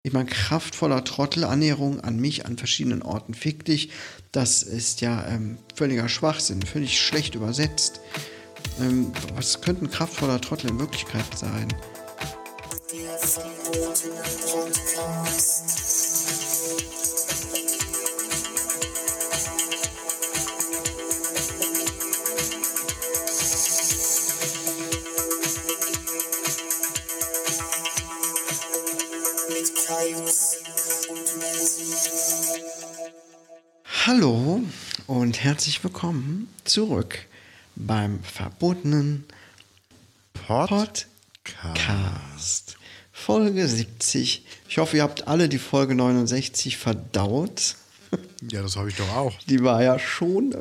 Ich meine, kraftvoller Trottelannäherung an mich an verschiedenen Orten. Fick dich, das ist ja völliger Schwachsinn, völlig schlecht übersetzt. Was könnte ein kraftvoller Trottel in Wirklichkeit sein? Hallo und herzlich willkommen zurück beim verbotenen Podcast. Folge 70. Ich hoffe, ihr habt alle die Folge 69 verdaut. Ja, das habe ich doch auch. Die war ja schon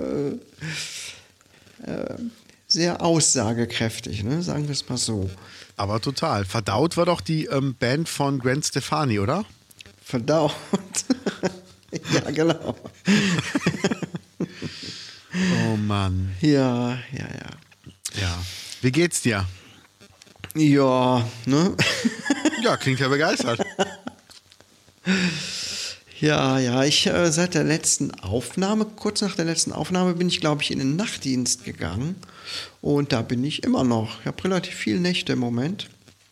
sehr aussagekräftig, ne? Sagen wir es mal so. Aber total. Verdaut war doch die Band von Gwen Stefani, oder? Verdaut. Ja, genau. Oh Mann. Ja. Ja. Wie geht's dir? Ja, ne? Ja, klingt ja begeistert. Ja, ich seit der letzten Aufnahme, kurz nach der letzten Aufnahme, bin ich, glaube ich, in den Nachtdienst gegangen. Und da bin ich immer noch. Ich habe relativ viele Nächte im Moment.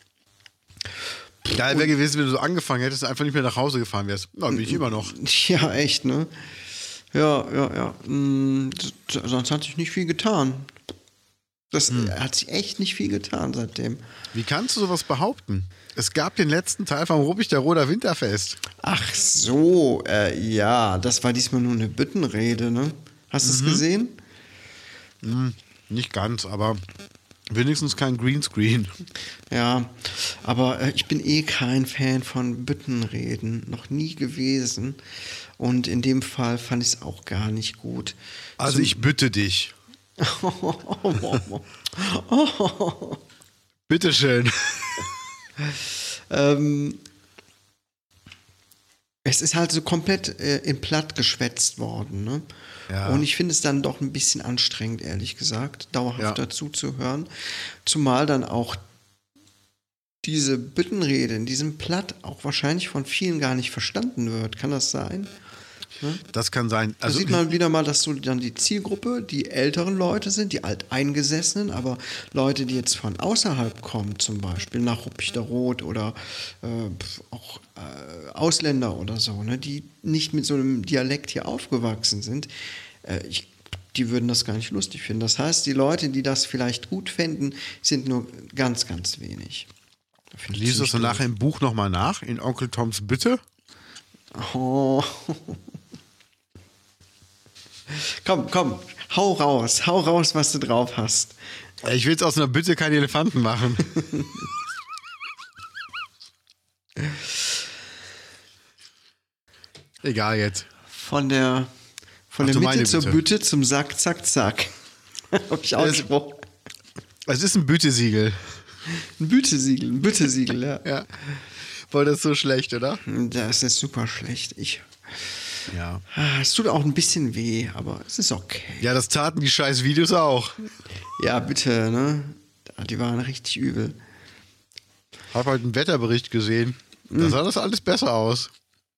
Geil wäre gewesen, wenn du so angefangen hättest und einfach nicht mehr nach Hause gefahren wärst. Na, bin ich immer noch. Ja, echt, ne? Ja. Sonst hat sich nicht viel getan. Das hat sich echt nicht viel getan seitdem. Wie kannst du sowas behaupten? Es gab den letzten Teil vom Ruppichterroder Winterfest. Ach so, ja, das war diesmal nur eine Büttenrede, ne? Hast du es gesehen? Nicht ganz, aber wenigstens kein Greenscreen. Ja, aber ich bin eh kein Fan von Büttenreden, noch nie gewesen. Und in dem Fall fand ich es auch gar nicht gut. Also ich bitte dich. Bitteschön. Es ist halt so komplett in platt geschwätzt worden, ne? Ja. Und ich finde es dann doch ein bisschen anstrengend, ehrlich gesagt, dauerhaft Ja. dazu zu hören. Zumal dann auch diese Büttenrede in diesem Platt auch wahrscheinlich von vielen gar nicht verstanden wird. Kann das sein? Das kann sein. Da sieht man wieder mal, dass so dann die Zielgruppe die älteren Leute sind, die Alteingesessenen, aber Leute, die jetzt von außerhalb kommen, zum Beispiel nach Ruppichteroth oder auch Ausländer oder so, ne, die nicht mit so einem Dialekt hier aufgewachsen sind, die würden das gar nicht lustig finden. Das heißt, die Leute, die das vielleicht gut fänden, sind nur ganz, ganz wenig. Liest das dann nachher im Buch nochmal nach, in Onkel Toms Bitte? Oh. Komm, hau raus, was du drauf hast. Ich will jetzt aus einer Bitte keinen Elefanten machen. Egal jetzt. Von der meine Mitte zur Bitte. Bütte zum Sack, zack, zack. Hab ich Ausspruch. Es ist ein Bütesiegel. Ein Büttesiegel, ja. Ja. Boah, das ist so schlecht, oder? Das ist super schlecht. Ja. Es tut auch ein bisschen weh, aber es ist okay. Ja, das taten die scheiß Videos auch. Ja, bitte, ne? Die waren richtig übel. Hab halt einen Wetterbericht gesehen. Da sah das alles besser aus.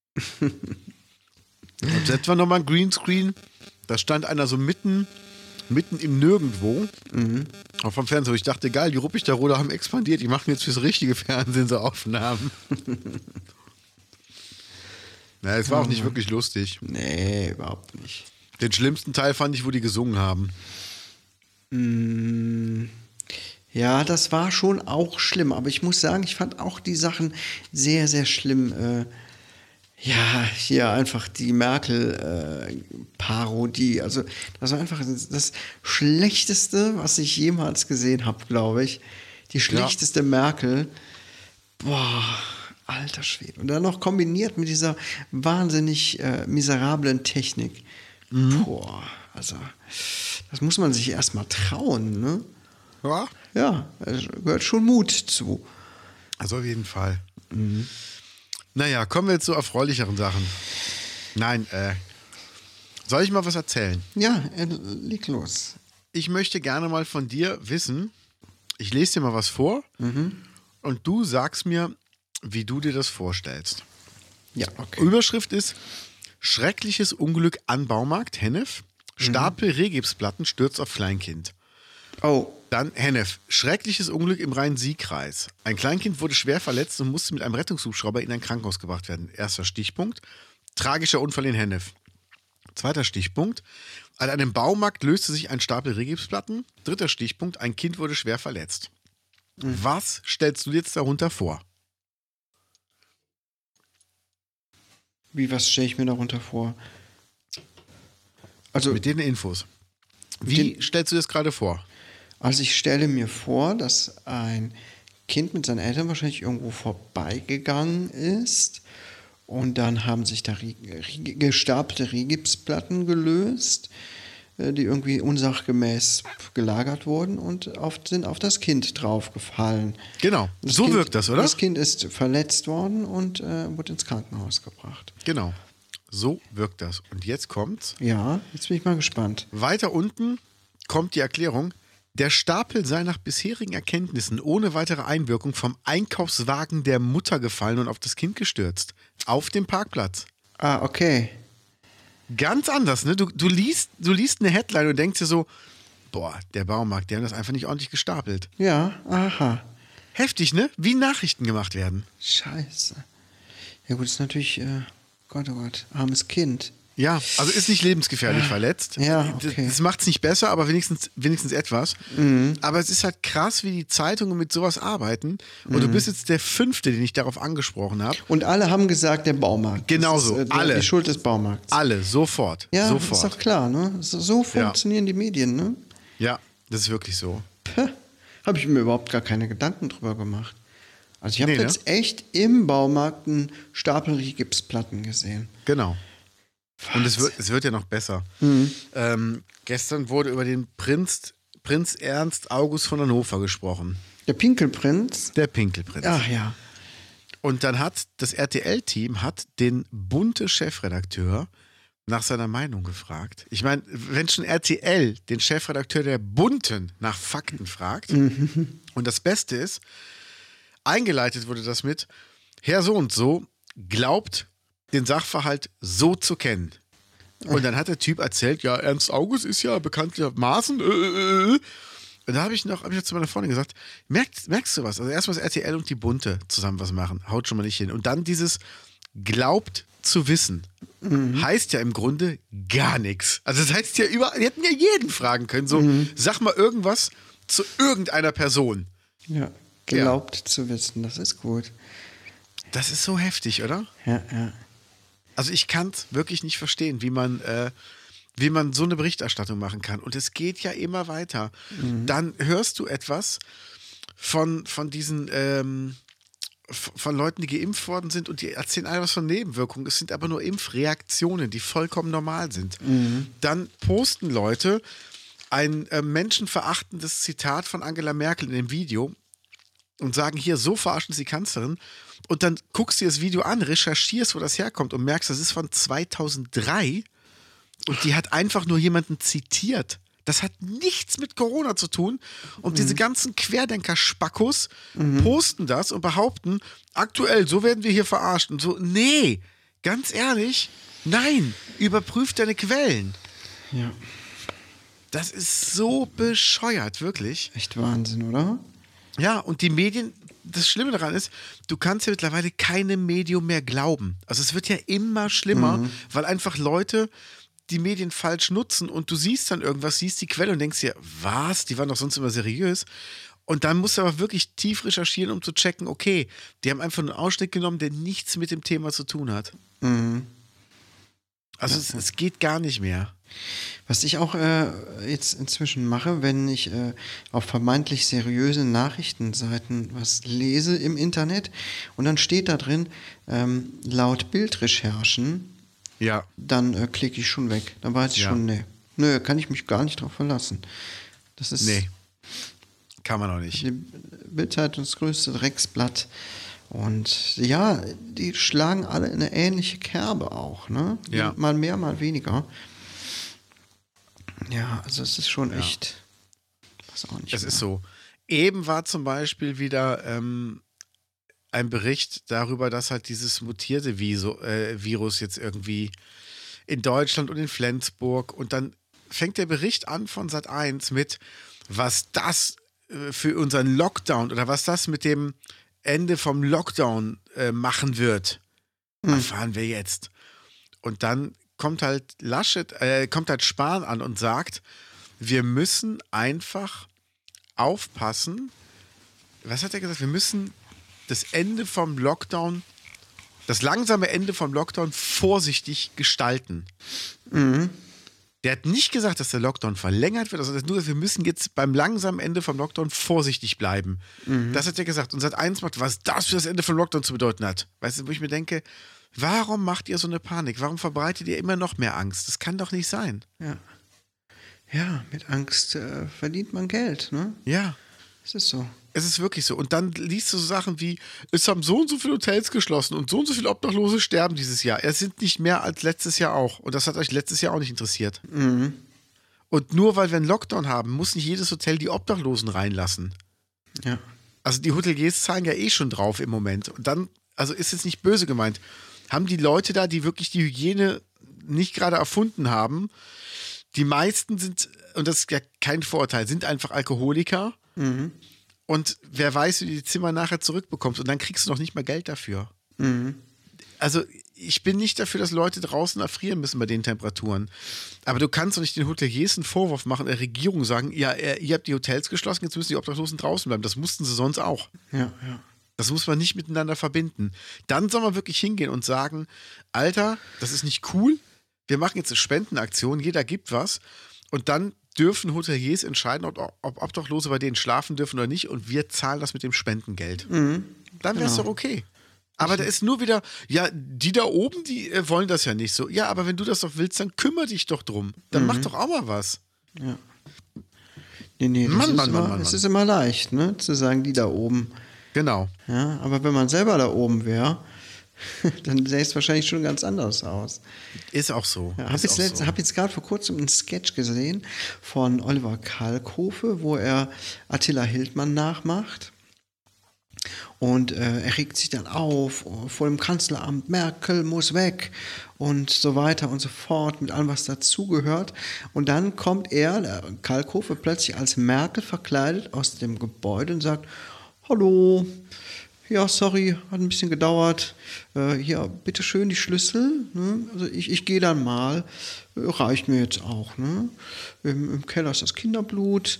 Und setzen wir nochmal ein Greenscreen. Da stand einer so mitten im Nirgendwo. Auch vom Fernseher. Ich dachte, geil, die Ruppichteroder haben expandiert. Die machen jetzt fürs richtige Fernsehen so Aufnahmen. Na, es war auch nicht wirklich lustig. Nee, überhaupt nicht. Den schlimmsten Teil fand ich, wo die gesungen haben. Ja, das war schon auch schlimm, aber ich muss sagen, ich fand auch die Sachen sehr, sehr schlimm. Ja, hier einfach die Merkel-Parodie. Also, das war einfach das Schlechteste, was ich jemals gesehen habe, glaube ich. Die schlechteste Merkel. Boah, alter Schwede. Und dann noch kombiniert mit dieser wahnsinnig miserablen Technik. Boah, also, das muss man sich erstmal trauen, ne? Ja. Ja, es gehört schon Mut zu. Also auf jeden Fall. Naja, kommen wir jetzt zu erfreulicheren Sachen. Nein, soll ich mal was erzählen? Ja, leg los. Ich möchte gerne mal von dir wissen, ich lese dir mal was vor und du sagst mir, wie du dir das vorstellst. Ja, okay. Überschrift ist: Schreckliches Unglück an Baumarkt, Hennef. Stapel Rehgipsplatten stürzt auf Kleinkind. Oh, Dann Hennef. Schreckliches Unglück im Rhein-Sieg-Kreis. Ein Kleinkind wurde schwer verletzt und musste mit einem Rettungshubschrauber in ein Krankenhaus gebracht werden. Erster Stichpunkt. Tragischer Unfall in Hennef. Zweiter Stichpunkt. An einem Baumarkt löste sich ein Stapel Rehgipsplatten. Dritter Stichpunkt. Ein Kind wurde schwer verletzt. Was stellst du dir jetzt darunter vor? was stelle ich mir darunter vor? Also, Mit den Infos. Wie stellst du das gerade vor? Also ich stelle mir vor, dass ein Kind mit seinen Eltern wahrscheinlich irgendwo vorbeigegangen ist und dann haben sich da gestapelte Rehgipsplatten gelöst, die irgendwie unsachgemäß gelagert wurden und sind auf das Kind draufgefallen. Genau, so wirkt das, oder? Das Kind ist verletzt worden und wurde ins Krankenhaus gebracht. Genau, so wirkt das. Und jetzt kommt's. Ja, jetzt bin ich mal gespannt. Weiter unten kommt die Erklärung. Der Stapel sei nach bisherigen Erkenntnissen ohne weitere Einwirkung vom Einkaufswagen der Mutter gefallen und auf das Kind gestürzt. Auf dem Parkplatz. Ah, okay. Ganz anders, ne? Du liest eine Headline und denkst dir so, boah, der Baumarkt, die haben das einfach nicht ordentlich gestapelt. Ja, aha. Heftig, ne? Wie Nachrichten gemacht werden. Scheiße. Ja gut, ist natürlich, Gott, oh Gott, armes Kind. Ja, also ist nicht lebensgefährlich verletzt. Ja, okay. Das macht es nicht besser, aber wenigstens etwas. Aber es ist halt krass, wie die Zeitungen mit sowas arbeiten. Und du bist jetzt der 5., den ich darauf angesprochen habe. Und alle haben gesagt, der Baumarkt. Genauso, Das ist, alle. Die Schuld des Baumarkts. Alle, sofort. Ja, sofort. ist doch klar, ne? So funktionieren die Medien, ne? Ja, das ist wirklich so. Habe ich mir überhaupt gar keine Gedanken drüber gemacht. Also ich habe Nee, jetzt echt im Baumarkt einen Stapel Gipsplatten gesehen. Genau. Und es wird ja noch besser. Gestern wurde über den Prinz Ernst August von Hannover gesprochen. Der Pinkelprinz. Der Pinkelprinz. Ach ja. Und dann hat das RTL-Team den Bunte-Chefredakteur nach seiner Meinung gefragt. Ich meine, wenn schon RTL den Chefredakteur der Bunten nach Fakten fragt, und das Beste ist, eingeleitet wurde das mit: Herr so und so glaubt, den Sachverhalt so zu kennen. Und dann hat der Typ erzählt, ja, Ernst August ist ja bekanntermaßen. Und da habe ich noch zu meiner Freundin gesagt, merkst du was? Also erstmal das RTL und die Bunte zusammen was machen. Haut schon mal nicht hin. Und dann dieses glaubt zu wissen. Heißt ja im Grunde gar nichts. Also das heißt ja überall, die hätten ja jeden fragen können. So, sag mal irgendwas zu irgendeiner Person. Ja, glaubt zu wissen, das ist gut. Das ist so heftig, oder? Ja, ja. Also ich kann es wirklich nicht verstehen, wie man so eine Berichterstattung machen kann. Und es geht ja immer weiter. Dann hörst du etwas von diesen von Leuten, die geimpft worden sind und die erzählen alle was von Nebenwirkungen. Es sind aber nur Impfreaktionen, die vollkommen normal sind. Dann posten Leute ein menschenverachtendes Zitat von Angela Merkel in dem Video und sagen, hier, so verarschen sie die Kanzlerin. Und dann guckst du dir das Video an, recherchierst, wo das herkommt und merkst, das ist von 2003 und die hat einfach nur jemanden zitiert. Das hat nichts mit Corona zu tun. Und diese ganzen Querdenker-Spackos posten das und behaupten, aktuell, so werden wir hier verarscht. Und so, nee, ganz ehrlich, nein, überprüf deine Quellen. Ja. Das ist so bescheuert, wirklich. Echt Wahnsinn, oder? Ja, und die Medien, das Schlimme daran ist, du kannst ja mittlerweile keinem Medium mehr glauben. Also es wird ja immer schlimmer, weil einfach Leute die Medien falsch nutzen und du siehst dann irgendwas, siehst die Quelle und denkst dir, was? Die waren doch sonst immer seriös. Und dann musst du aber wirklich tief recherchieren, um zu checken, okay, die haben einfach einen Ausschnitt genommen, der nichts mit dem Thema zu tun hat. Also es geht gar nicht mehr. Was ich auch jetzt inzwischen mache, wenn ich auf vermeintlich seriöse Nachrichtenseiten was lese im Internet und dann steht da drin, laut Bildrecherchen, Ja. dann klicke ich schon weg. Dann weiß ich schon, nee. Nö, kann ich mich gar nicht drauf verlassen. Das ist Nee, kann man auch nicht. die Bildzeitung das größte Drecksblatt. Und ja, die schlagen alle in eine ähnliche Kerbe auch, ne? Ja. Mal mehr, mal weniger. Ja, also es ist schon echt. Was auch nicht. Es ist so. Eben war zum Beispiel wieder ein Bericht darüber, dass halt dieses mutierte Virus jetzt irgendwie in Deutschland und in Flensburg, und dann fängt der Bericht an von Sat.1 mit, was das für unseren Lockdown oder was das mit dem Ende vom Lockdown machen wird, erfahren wir jetzt. Und dann kommt halt Spahn an und sagt, wir müssen einfach aufpassen. Was hat er gesagt? Wir müssen das langsame Ende vom Lockdown vorsichtig gestalten. Der hat nicht gesagt, dass der Lockdown verlängert wird, also nur, wir müssen jetzt beim langsamen Ende vom Lockdown vorsichtig bleiben. Das hat er gesagt. Und Sat.1 macht, was das für das Ende vom Lockdown zu bedeuten hat. Weißt du, wo ich mir denke, warum macht ihr so eine Panik? Warum verbreitet ihr immer noch mehr Angst? Das kann doch nicht sein. Ja, mit Angst verdient man Geld, ne? Ja. Es ist so. Es ist wirklich so. Und dann liest du so Sachen wie, es haben so und so viele Hotels geschlossen und so viele Obdachlose sterben dieses Jahr. Es sind nicht mehr als letztes Jahr auch. Und das hat euch letztes Jahr auch nicht interessiert. Und nur weil wir einen Lockdown haben, muss nicht jedes Hotel die Obdachlosen reinlassen. Ja. Also die Hoteliers zahlen ja schon drauf im Moment. Und dann, also ist jetzt nicht böse gemeint, haben die Leute da, die wirklich die Hygiene nicht gerade erfunden haben, die meisten sind, und das ist ja kein Vorurteil, sind einfach Alkoholiker. Und wer weiß, wie du die Zimmer nachher zurückbekommst. Und dann kriegst du noch nicht mal Geld dafür. Also ich bin nicht dafür, dass Leute draußen erfrieren müssen bei den Temperaturen. Aber du kannst doch nicht den Hoteliers einen Vorwurf machen, der Regierung sagen, ja, ihr habt die Hotels geschlossen, jetzt müssen die Obdachlosen draußen bleiben. Das mussten sie sonst auch. Ja. Das muss man nicht miteinander verbinden. Dann soll man wirklich hingehen und sagen, Alter, das ist nicht cool. Wir machen jetzt eine Spendenaktion, jeder gibt was. Und dann dürfen Hoteliers entscheiden, ob Obdachlose bei denen schlafen dürfen oder nicht, und wir zahlen das mit dem Spendengeld. Dann wäre es doch okay. Aber da ist nur wieder, ja, die da oben, die wollen das ja nicht so. Ja, aber wenn du das doch willst, dann kümmere dich doch drum. Dann mach doch auch mal was. Ja. Nee, das ist immer leicht, ne, zu sagen, die da oben. Genau. Ja, aber wenn man selber da oben wäre, dann sähe es wahrscheinlich schon ganz anders aus. Ist auch so. Ja, hab jetzt gerade vor kurzem einen Sketch gesehen von Oliver Kalkofe, wo er Attila Hildmann nachmacht. Und er regt sich dann auf vor dem Kanzleramt, Merkel muss weg und so weiter und so fort, mit allem, was dazugehört. Und dann kommt er, der Kalkofe, plötzlich als Merkel verkleidet aus dem Gebäude und sagt, hallo, ja, sorry, hat ein bisschen gedauert. Hier, bitteschön, die Schlüssel. Ne? Also ich gehe dann mal. Reicht mir jetzt auch. Ne? Im Keller ist das Kinderblut.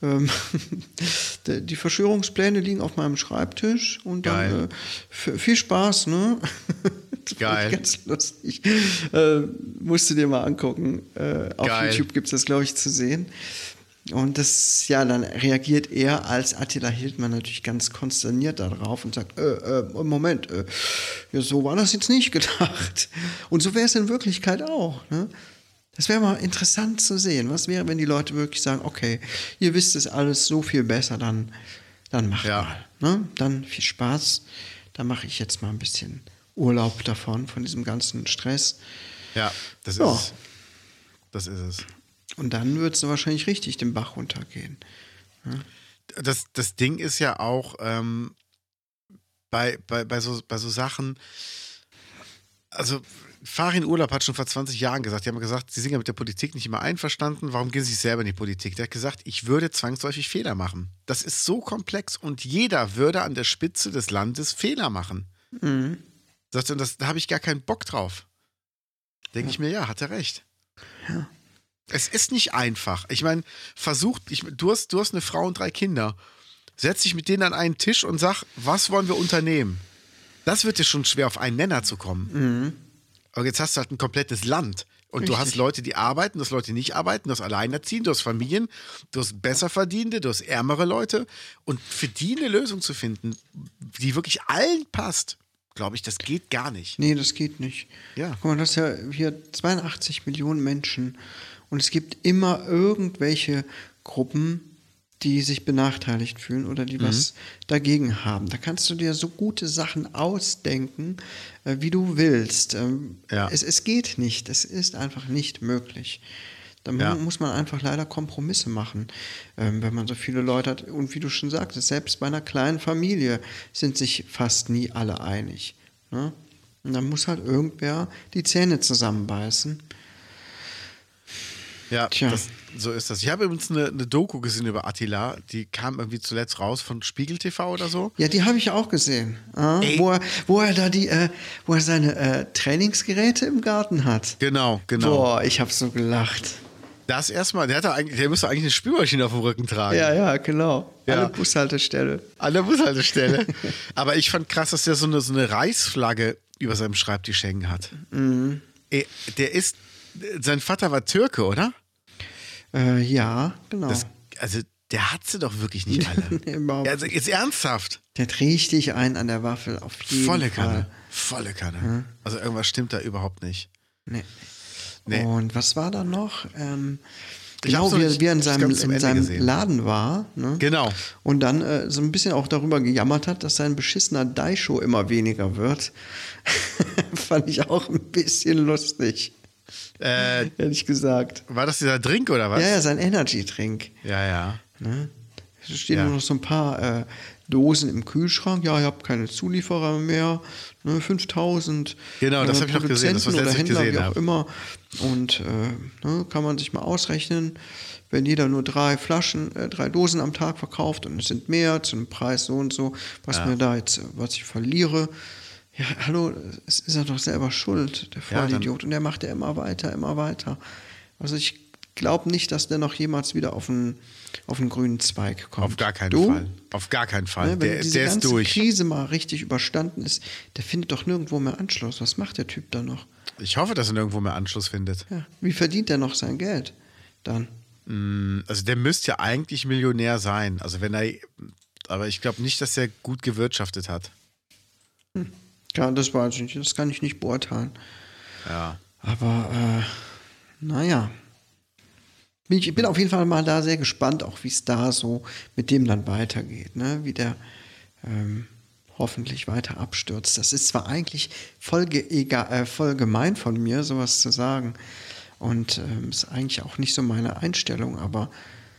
Die Verschwörungspläne liegen auf meinem Schreibtisch. Und dann viel Spaß. Ne? Geil. Ganz lustig. Musst du dir mal angucken. Auf YouTube gibt es das, glaube ich, zu sehen. Und das, ja, dann reagiert er als Attila Hildmann natürlich ganz konsterniert darauf und sagt, Moment, ja, so war das jetzt nicht gedacht. Und so wäre es in Wirklichkeit auch. Ne? Das wäre mal interessant zu sehen. Was wäre, wenn die Leute wirklich sagen, okay, ihr wisst es alles so viel besser, dann macht mal. Ne? Dann viel Spaß. Dann mache ich jetzt mal ein bisschen Urlaub davon, von diesem ganzen Stress. Ja, das ist es. Und dann wird es wahrscheinlich richtig den Bach runtergehen. Ja? Das Ding ist ja auch bei so Sachen, also Farin Urlaub hat schon vor 20 Jahren gesagt, die haben gesagt, sie sind ja mit der Politik nicht immer einverstanden, warum gehen sie selber in die Politik? Der hat gesagt, ich würde zwangsläufig Fehler machen. Das ist so komplex und jeder würde an der Spitze des Landes Fehler machen. Sagt er, da habe ich gar keinen Bock drauf. Denke ich mir, ja, hat er recht. Ja. Es ist nicht einfach. Ich meine, du hast eine Frau und 3 Kinder. Setz dich mit denen an einen Tisch und sag, was wollen wir unternehmen? Das wird dir schon schwer, auf einen Nenner zu kommen. Aber jetzt hast du halt ein komplettes Land. Und Richtig. Du hast Leute, die arbeiten, du hast Leute, die nicht arbeiten, du hast Alleinerziehende, du hast Familien, du hast Besserverdienende, du hast ärmere Leute. Und für die eine Lösung zu finden, die wirklich allen passt, glaube ich, das geht gar nicht. Nee, das geht nicht. Ja. Guck mal, das ist ja hier 82 Millionen Menschen. Und es gibt immer irgendwelche Gruppen, die sich benachteiligt fühlen oder die was dagegen haben. Da kannst du dir so gute Sachen ausdenken, wie du willst. Ja. Es geht nicht. Es ist einfach nicht möglich. Da Ja. muss man einfach leider Kompromisse machen, wenn man so viele Leute hat. Und wie du schon sagtest, selbst bei einer kleinen Familie sind sich fast nie alle einig. Ne? Und dann muss halt irgendwer die Zähne zusammenbeißen. Ja, Tja. so ist das. Ich habe übrigens eine Doku gesehen über Attila, die kam irgendwie zuletzt raus von Spiegel TV oder so. Ja, die habe ich auch gesehen. Ey. Wo er seine Trainingsgeräte im Garten hat. Genau. Boah, ich habe so gelacht. Das erstmal, der müsste eigentlich eine Spülmaschine auf dem Rücken tragen. Ja, genau. Ja. An der Bushaltestelle. An der Bushaltestelle. Aber ich fand krass, dass der so eine Reichsflagge über seinem Schreibtisch hängen hat. Mhm. Ey, sein Vater war Türke, oder? Ja, genau. Also, der hat sie doch wirklich nicht alle. Nee, überhaupt Also, jetzt ernsthaft. Der hat richtig einen an der Waffel, auf jeden Volle Fall. Kanne. Also, irgendwas stimmt da überhaupt nicht. Nee. Nee. Und was war da noch? Ich hab's Genau, noch nicht wie er in bis ganz zum Ende seinem gesehen. Laden war. Ne? Genau. Und dann so ein bisschen auch darüber gejammert hat, dass sein beschissener Daisho immer weniger wird. Fand ich auch ein bisschen lustig, ehrlich gesagt. War das dieser Drink oder was? Ja, sein Energy-Drink. Ja. Ne? Es stehen Ja. nur noch so ein paar Dosen im Kühlschrank. Ja, ihr habt keine Zulieferer mehr. Ne, 5000 Genau, das hab ich noch gesehen, das, was Produzenten ich oder letztens Händler, wie gesehen auch hab. immer. Und ne, kann man sich mal ausrechnen, wenn jeder nur 3 Dosen am Tag verkauft und es sind mehr zu einem Preis so und so, was ich verliere. Ja, hallo, es ist er doch selber schuld, der Ja, Vollidiot. Und der macht ja immer weiter. Also ich glaube nicht, dass der noch jemals wieder auf einen grünen Zweig kommt. Auf gar keinen Du? Fall. Auf gar keinen Fall. Ne, wenn Der diese ist ganze durch. Krise mal richtig überstanden ist, der findet doch nirgendwo mehr Anschluss. Was macht der Typ da noch? Ich hoffe, dass er nirgendwo mehr Anschluss findet. Ja. Wie verdient der noch sein Geld dann? Also der müsste ja eigentlich Millionär sein. Also aber ich glaube nicht, dass er gut gewirtschaftet hat. Ja, das weiß ich nicht. Das kann ich nicht beurteilen. Ja. Aber naja. Ich bin auf jeden Fall mal da sehr gespannt, auch wie es da so mit dem dann weitergeht, ne? Wie der hoffentlich weiter abstürzt. Das ist zwar eigentlich voll gemein von mir, sowas zu sagen. Und ist eigentlich auch nicht so meine Einstellung, aber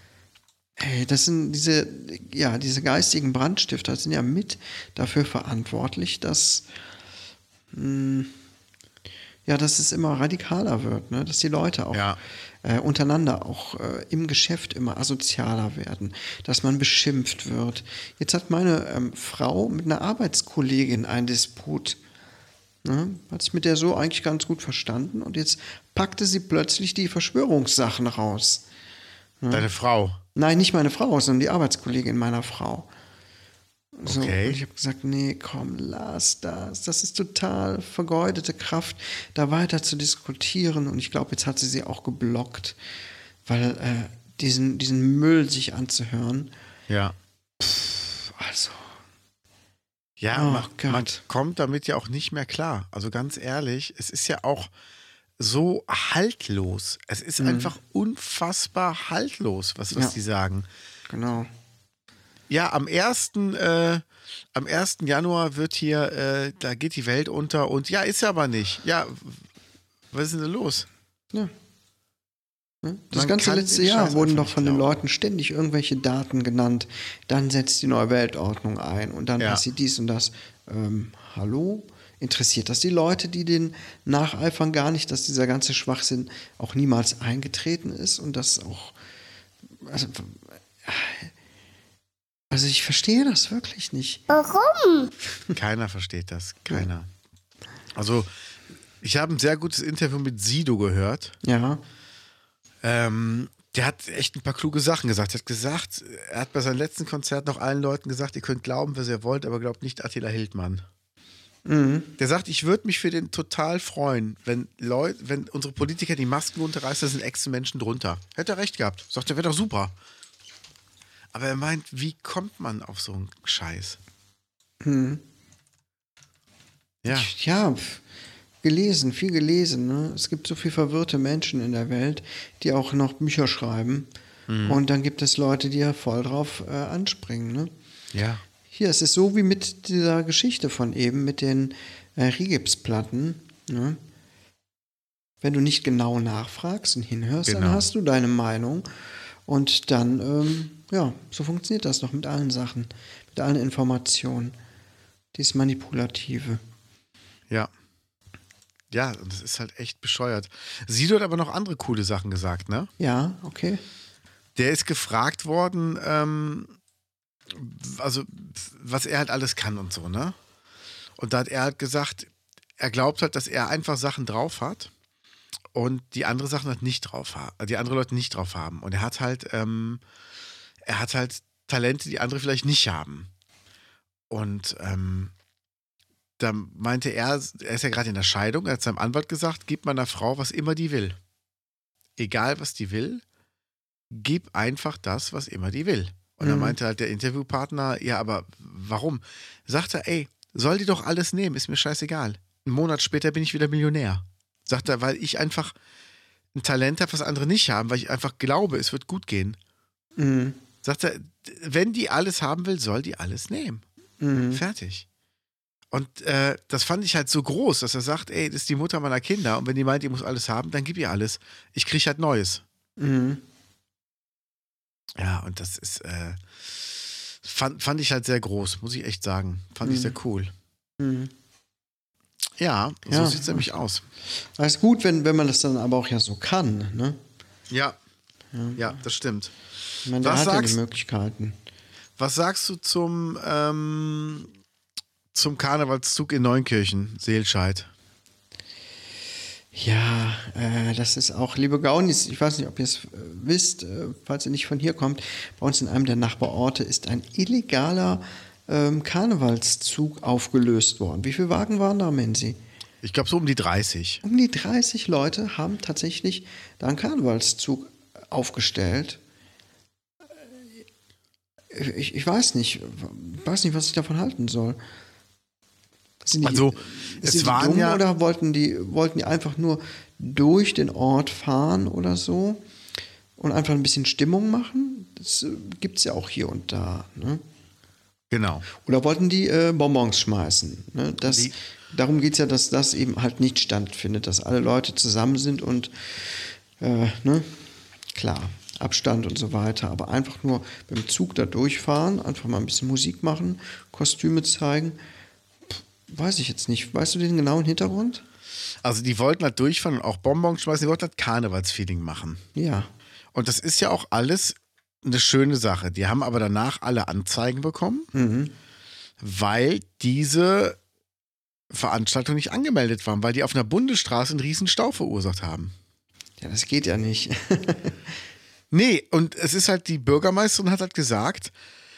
das sind diese geistigen Brandstifter sind ja mit dafür verantwortlich, dass es immer radikaler wird, ne? Dass die Leute auch untereinander auch im Geschäft immer asozialer werden, dass man beschimpft wird. Jetzt hat meine Frau mit einer Arbeitskollegin einen Disput. Ne? Hat sich mit der so eigentlich ganz gut verstanden und jetzt packte sie plötzlich die Verschwörungssachen raus. Deine Frau. Nein, nicht meine Frau, sondern die Arbeitskollegin meiner Frau. So, Okay. und ich habe gesagt, nee, komm, lass das. Das ist total vergeudete Kraft, da weiter zu diskutieren. Und ich glaube, jetzt hat sie auch geblockt, weil diesen Müll sich anzuhören. Ja. Also, Ja, Oh man Gott. kommt damit ja auch nicht mehr klar. Also ganz ehrlich, es ist ja auch so haltlos. Es ist einfach unfassbar haltlos, was Ja. die sagen. genau. Ja, am 1. Januar wird hier, da geht die Welt unter und ja, ist ja aber nicht. Ja, was ist denn da los? Ja. Ne? Das Man ganze kann letzte den Jahr Scheiß wurden einfach doch nicht von den glauben. Leuten ständig irgendwelche Daten genannt. Dann setzt die neue Weltordnung ein und dann Ja. passiert dies und das. Hallo? Interessiert das die Leute, die den nacheifern, gar nicht, dass dieser ganze Schwachsinn auch niemals eingetreten ist und das auch. Also ich verstehe das wirklich nicht. Keiner versteht das. Keiner. Also, ich habe ein sehr gutes Interview mit Sido gehört. Ja. Der hat echt ein paar kluge Sachen gesagt. Er hat bei seinem letzten Konzert noch allen Leuten gesagt, ihr könnt glauben, was ihr wollt, aber glaubt nicht Attila Hildmann. Der sagt, ich würde mich für den total freuen, wenn unsere Politiker die Masken runterreißen, da sind Echsenmenschen drunter. Hätte er recht gehabt. Sagt er, wäre doch super. Aber er meint, wie kommt man auf so einen Scheiß? Ja. Ja, viel gelesen. Ne? Es gibt so viele verwirrte Menschen in der Welt, die auch noch Bücher schreiben. Und dann gibt es Leute, die ja voll drauf anspringen. Ne? Ja. Hier, es ist so wie mit dieser Geschichte von eben, mit den Rigipsplatten. Ne? Wenn du nicht genau nachfragst und hinhörst, dann Genau. hast du deine Meinung. Und dann, so funktioniert das doch mit allen Sachen, mit allen Informationen. Dieses Manipulative. Ja. Ja, und das ist halt echt bescheuert. Sido hat aber noch andere coole Sachen gesagt, ne? Ja, okay. Der ist gefragt worden, also was er halt alles kann und so, ne? Und da hat er halt gesagt, er glaubt halt, dass er einfach Sachen drauf hat und die andere Sachen halt nicht drauf haben, die andere Leute nicht drauf haben. Und er hat halt Talente, die andere vielleicht nicht haben. Und da meinte er ist ja gerade in der Scheidung, er hat seinem Anwalt gesagt, gib meiner Frau, was immer die will. Egal, was die will, gib einfach das, was immer die will. Und dann meinte halt der Interviewpartner, ja, aber warum? Sagt er, ey, soll die doch alles nehmen, ist mir scheißegal. Einen Monat später bin ich wieder Millionär. Sagt er, weil ich einfach ein Talent habe, was andere nicht haben, weil ich einfach glaube, es wird gut gehen. Sagt er, wenn die alles haben will, soll die alles nehmen. Fertig. Und das fand ich halt so groß, dass er sagt, ey, das ist die Mutter meiner Kinder und wenn die meint, die muss alles haben, dann gib ihr alles. Ich krieg halt Neues. Ja, und das ist, fand ich halt sehr groß, muss ich echt sagen. Fand ich sehr cool. Ja, so sieht es nämlich aus. Das ist gut, wenn man das dann aber auch ja so kann, ne? Ja, das stimmt. Ich meine, der hat ja die Möglichkeiten. Was sagst du zum Karnevalszug in Neunkirchen, Seelscheid? Ja, das ist auch, liebe Gaunis, ich weiß nicht, ob ihr es wisst, falls ihr nicht von hier kommt, bei uns in einem der Nachbarorte ist ein illegaler Karnevalszug aufgelöst worden. Wie viele Wagen waren da, Menzi? Ich glaube so um die 30. Um die 30 Leute haben tatsächlich da einen Karnevalszug aufgestellt. Ich weiß nicht, was ich davon halten soll. Sind die waren dumm ja oder wollten die einfach nur durch den Ort fahren oder so und einfach ein bisschen Stimmung machen? Das gibt es ja auch hier und da. Ne? Genau. Oder wollten die Bonbons schmeißen? Ne? Darum geht es ja, dass das eben halt nicht stattfindet, dass alle Leute zusammen sind und klar, Abstand und so weiter, aber einfach nur beim Zug da durchfahren, einfach mal ein bisschen Musik machen, Kostüme zeigen. Weiß ich jetzt nicht. Weißt du den genauen Hintergrund? Also die wollten halt durchfahren und auch Bonbons schmeißen, die wollten halt Karnevalsfeeling machen. Ja. Und das ist ja auch alles eine schöne Sache. Die haben aber danach alle Anzeigen bekommen, weil diese Veranstaltungen nicht angemeldet waren, weil die auf einer Bundesstraße einen riesen Stau verursacht haben. Ja, das geht ja nicht. Nee, und es ist halt, die Bürgermeisterin hat halt gesagt,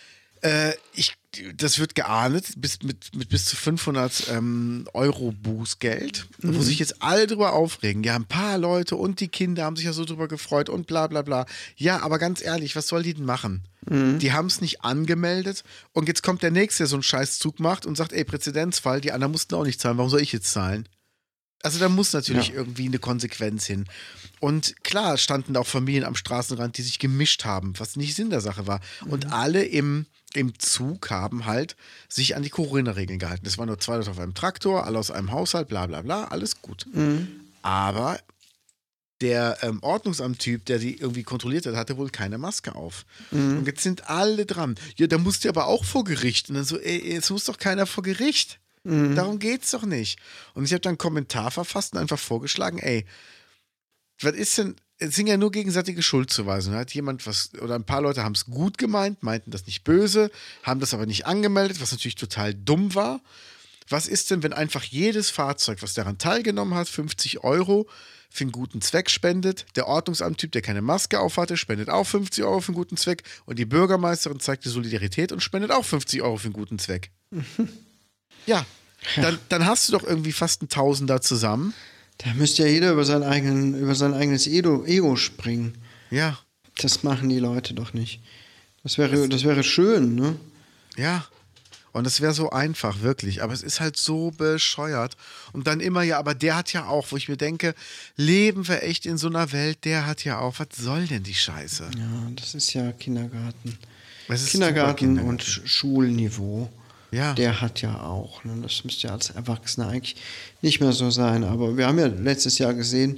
das wird geahndet mit bis zu 500 Euro Bußgeld, wo sich jetzt alle drüber aufregen. Ja, ein paar Leute und die Kinder haben sich ja so drüber gefreut und bla bla bla. Ja, aber ganz ehrlich, was soll die denn machen? Die haben es nicht angemeldet und jetzt kommt der Nächste, der so einen Scheißzug macht und sagt, ey, Präzedenzfall, die anderen mussten auch nicht zahlen, warum soll ich jetzt zahlen? Also da muss natürlich irgendwie eine Konsequenz hin. Und klar standen da auch Familien am Straßenrand, die sich gemischt haben, was nicht Sinn der Sache war. Und alle im Zug haben halt sich an die Corona-Regeln gehalten. Es waren nur 2 Leute auf einem Traktor, alle aus einem Haushalt, bla bla bla, alles gut. Aber der Ordnungsamt-Typ, der die irgendwie kontrolliert hat, hatte wohl keine Maske auf. Und jetzt sind alle dran. Ja, da musst du aber auch vor Gericht. Und dann so, ey, jetzt muss doch keiner vor Gericht. Darum geht's doch nicht. Und ich habe dann einen Kommentar verfasst und einfach vorgeschlagen, ey, was ist denn, es sind ja nur gegenseitige Schuldzuweisungen. Hat jemand oder ein paar Leute haben es gut gemeint, meinten das nicht böse, haben das aber nicht angemeldet, was natürlich total dumm war. Was ist denn, wenn einfach jedes Fahrzeug, was daran teilgenommen hat, 50 Euro für einen guten Zweck spendet, der Ordnungsamttyp, der keine Maske aufhatte, spendet auch 50 Euro für einen guten Zweck und die Bürgermeisterin zeigt die Solidarität und spendet auch 50 Euro für einen guten Zweck. Ja, dann hast du doch irgendwie fast ein Tausender zusammen. Da müsste ja jeder über sein eigenes Ego springen. Ja. Das machen die Leute doch nicht. Das wäre schön, ne? Ja. Und es wäre so einfach, wirklich. Aber es ist halt so bescheuert. Und dann immer, ja, aber der hat ja auch, wo ich mir denke, leben wir echt in so einer Welt, der hat ja auch, was soll denn die Scheiße? Ja, das ist ja Kindergarten. Es ist Kindergarten und Schulniveau. Ja. der hat ja auch. Ne? Das müsste ja als Erwachsener eigentlich nicht mehr so sein. Aber wir haben ja letztes Jahr gesehen,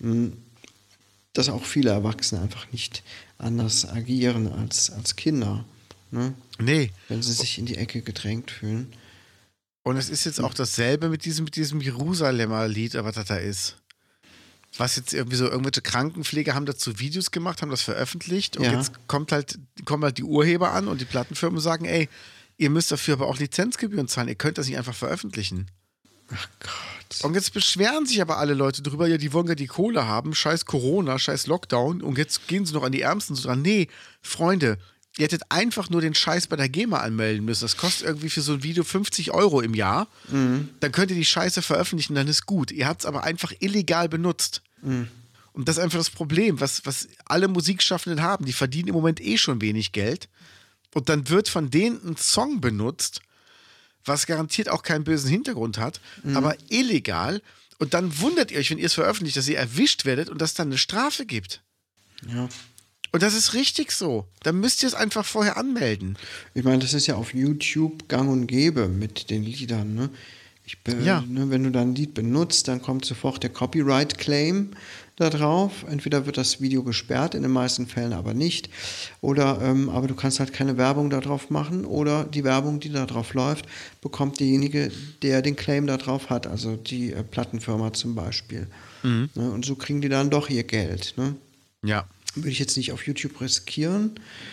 dass auch viele Erwachsene einfach nicht anders agieren als Kinder. Ne? Nee. Wenn sie sich in die Ecke gedrängt fühlen. Und es ist jetzt auch dasselbe mit diesem Jerusalemer Lied, was das da ist. Was jetzt irgendwie so, irgendwelche Krankenpfleger haben dazu Videos gemacht, haben das veröffentlicht und Ja. jetzt kommen halt die Urheber an und die Plattenfirmen sagen, ey, ihr müsst dafür aber auch Lizenzgebühren zahlen, ihr könnt das nicht einfach veröffentlichen. Ach Gott. Und jetzt beschweren sich aber alle Leute drüber, ja, die wollen ja die Kohle haben, scheiß Corona, scheiß Lockdown und jetzt gehen sie noch an die Ärmsten so dran. Nee, Freunde, ihr hättet einfach nur den Scheiß bei der GEMA anmelden müssen. Das kostet irgendwie für so ein Video 50 € im Jahr. Dann könnt ihr die Scheiße veröffentlichen, dann ist gut. Ihr habt es aber einfach illegal benutzt. Und das ist einfach das Problem, was alle Musikschaffenden haben. Die verdienen im Moment eh schon wenig Geld. Und dann wird von denen ein Song benutzt, was garantiert auch keinen bösen Hintergrund hat, aber illegal. Und dann wundert ihr euch, wenn ihr es veröffentlicht, dass ihr erwischt werdet und dass es dann eine Strafe gibt. Ja. Und das ist richtig so. Dann müsst ihr es einfach vorher anmelden. Ich meine, das ist ja auf YouTube gang und gäbe mit den Liedern. Ne? Ja. Ne, wenn du da ein Lied benutzt, dann kommt sofort der Copyright-Claim da drauf. Entweder wird das Video gesperrt, in den meisten Fällen aber nicht. Oder, aber du kannst halt keine Werbung da drauf machen. Oder die Werbung, die da drauf läuft, bekommt derjenige, der den Claim da drauf hat. Also die Plattenfirma zum Beispiel. Ne? Und so kriegen die dann doch ihr Geld. Ne? Ja. Würde ich jetzt nicht auf YouTube riskieren.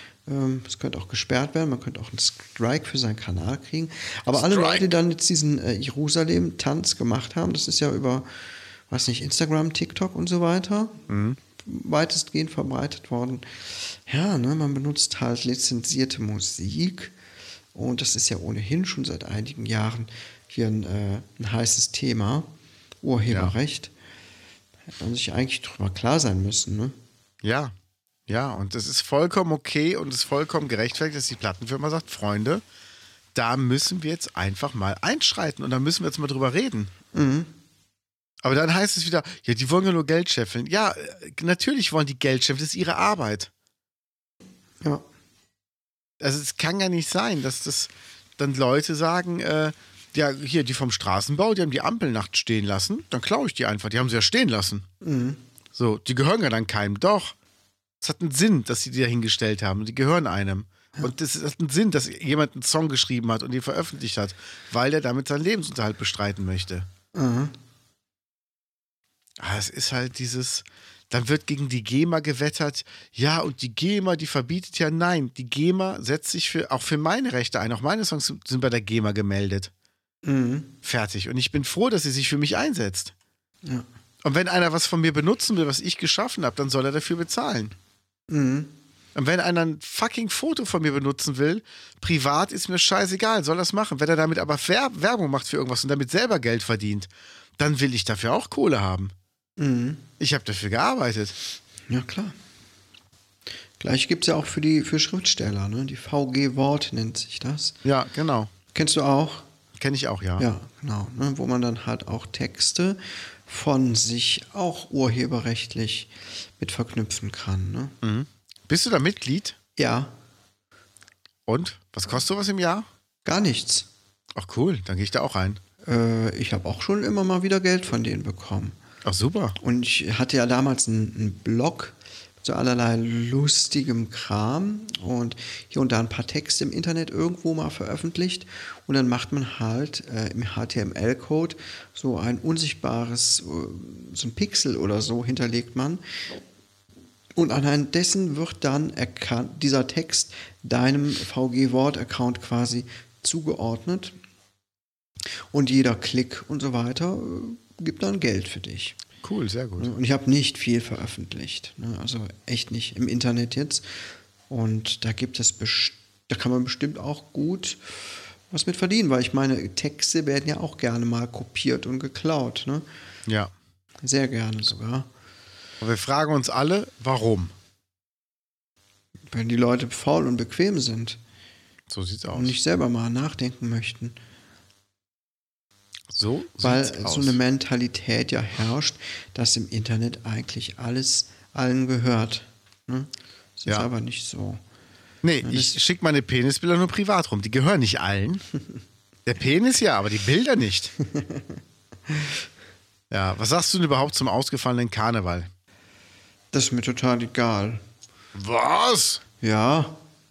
Es könnte auch gesperrt werden, man könnte auch einen Strike für seinen Kanal kriegen. Aber alle Leute, die dann jetzt diesen Jerusalem-Tanz gemacht haben, das ist ja über, weiß nicht, Instagram, TikTok und so weiter, weitestgehend verbreitet worden. Ja, ne, man benutzt halt lizenzierte Musik und das ist ja ohnehin schon seit einigen Jahren hier ein heißes Thema, Urheberrecht. Hätte man sich eigentlich drüber klar sein müssen, ne? Ja. Ja, und es ist vollkommen okay und es ist vollkommen gerechtfertigt, dass die Plattenfirma sagt, Freunde, da müssen wir jetzt einfach mal einschreiten und da müssen wir jetzt mal drüber reden. Aber dann heißt es wieder, ja, die wollen ja nur Geld scheffeln. Ja, natürlich wollen die Geld scheffeln, das ist ihre Arbeit. Ja. Also es kann ja nicht sein, dass das dann Leute sagen, ja, hier, die vom Straßenbau, die haben die Ampel nachts stehen lassen, dann klaue ich die einfach, die haben sie ja stehen lassen. So, die gehören ja dann keinem, doch. Es hat einen Sinn, dass sie die da hingestellt haben. Die gehören einem. Ja. Und es hat einen Sinn, dass jemand einen Song geschrieben hat und ihn veröffentlicht hat, weil er damit seinen Lebensunterhalt bestreiten möchte. Aber es ist halt dieses, dann wird gegen die GEMA gewettert, ja, und die GEMA, die verbietet ja, nein, die GEMA setzt sich auch für meine Rechte ein. Auch meine Songs sind bei der GEMA gemeldet. Fertig. Und ich bin froh, dass sie sich für mich einsetzt. Ja. Und wenn einer was von mir benutzen will, was ich geschaffen habe, dann soll er dafür bezahlen. Und wenn einer ein fucking Foto von mir benutzen will, privat ist mir scheißegal, soll das machen. Wenn er damit aber Werbung macht für irgendwas und damit selber Geld verdient, dann will ich dafür auch Kohle haben. Ich habe dafür gearbeitet. Ja, klar. Gleich gibt es ja auch für Schriftsteller, ne? Die VG Wort nennt sich das. Ja, genau. Kennst du auch? Kenne ich auch, ja. Ja, genau. Ne? Wo man dann halt auch Texte von sich auch urheberrechtlich mit verknüpfen kann. Ne? Bist du da Mitglied? Ja. Und? Was kostet sowas im Jahr? Gar nichts. Ach cool, dann gehe ich da auch rein. Ich habe auch schon immer mal wieder Geld von denen bekommen. Ach super. Und ich hatte ja damals einen Blog mit so allerlei lustigem Kram und hier und da ein paar Texte im Internet irgendwo mal veröffentlicht. Und dann macht man halt im HTML-Code so ein unsichtbares, so ein Pixel oder so hinterlegt man. Und anhand dessen wird dann dieser Text deinem VG-Wort-Account quasi zugeordnet. Und jeder Klick und so weiter gibt dann Geld für dich. Cool, sehr gut. Und ich habe nicht viel veröffentlicht. Ne? Also echt nicht im Internet jetzt. Und da da kann man bestimmt auch gut was mit verdienen, weil ich meine, Texte werden ja auch gerne mal kopiert und geklaut. Ne? Ja. Sehr gerne sogar. Und wir fragen uns alle, warum? Wenn die Leute faul und bequem sind. So sieht's aus. Und nicht selber mal nachdenken möchten. So weil sieht's aus. So eine Mentalität ja herrscht, dass im Internet eigentlich alles allen gehört. Ne? Das ist aber nicht so. Nee, ich schicke meine Penisbilder nur privat rum. Die gehören nicht allen. Der Penis ja, aber die Bilder nicht. Ja, was sagst du denn überhaupt zum ausgefallenen Karneval? Das ist mir total egal. Was? Ja.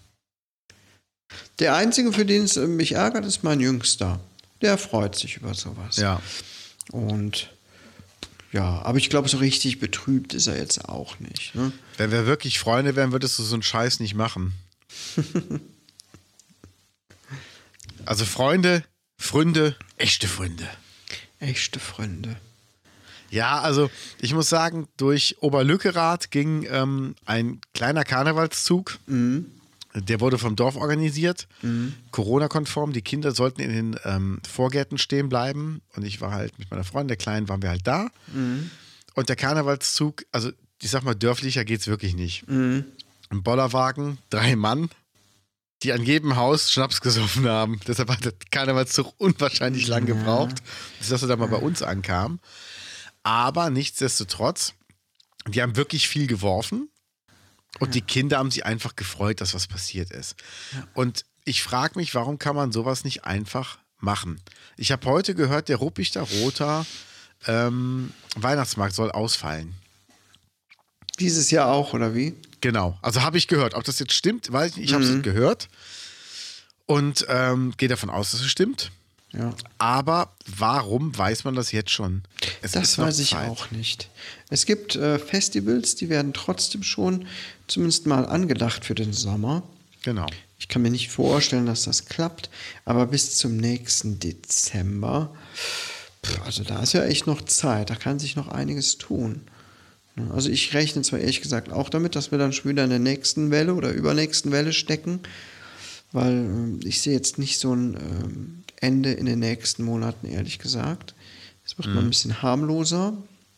Der Einzige, für den es mich ärgert, ist mein Jüngster. Der freut sich über sowas. Ja. Und ja, aber ich glaube, so richtig betrübt ist er jetzt auch nicht. Ne? Wenn wir wirklich Freunde wären, würdest du so einen Scheiß nicht machen. Also Freunde, echte Freunde. Echte Freunde. Ja, also ich muss sagen, durch Oberlückerath ging ein kleiner Karnevalszug. Der wurde vom Dorf organisiert, Corona-konform. Die Kinder sollten in den Vorgärten stehen bleiben. Und ich war halt mit meiner Freundin, der Kleinen, waren wir halt da. Und der Karnevalszug, also ich sag mal, dörflicher geht's wirklich nicht. Ein Bollerwagen, 3 Mann, die an jedem Haus Schnaps gesoffen haben. Deshalb hat der Karnevalszug unwahrscheinlich lang gebraucht, bis das dann mal bei uns ankam. Aber nichtsdestotrotz, die haben wirklich viel geworfen. Und die Kinder haben sich einfach gefreut, dass was passiert ist. Ja. Und ich frage mich, warum kann man sowas nicht einfach machen? Ich habe heute gehört, der Ruppichter-Rother Weihnachtsmarkt soll ausfallen. Dieses Jahr auch, oder wie? Genau. Also habe ich gehört. Ob das jetzt stimmt, weiß ich nicht. Ich habe es gehört. Und gehe davon aus, dass es stimmt. Ja. Aber warum weiß man das jetzt schon? Das weiß ich auch nicht. Es gibt Festivals, die werden trotzdem schon zumindest mal angedacht für den Sommer. Genau. Ich kann mir nicht vorstellen, dass das klappt, aber bis zum nächsten Dezember, also da ist ja echt noch Zeit, da kann sich noch einiges tun. Also ich rechne zwar ehrlich gesagt auch damit, dass wir dann schon wieder in der nächsten Welle oder übernächsten Welle stecken, weil ich sehe jetzt nicht so ein Ende in den nächsten Monaten, ehrlich gesagt. Es wird mal ein bisschen harmloser,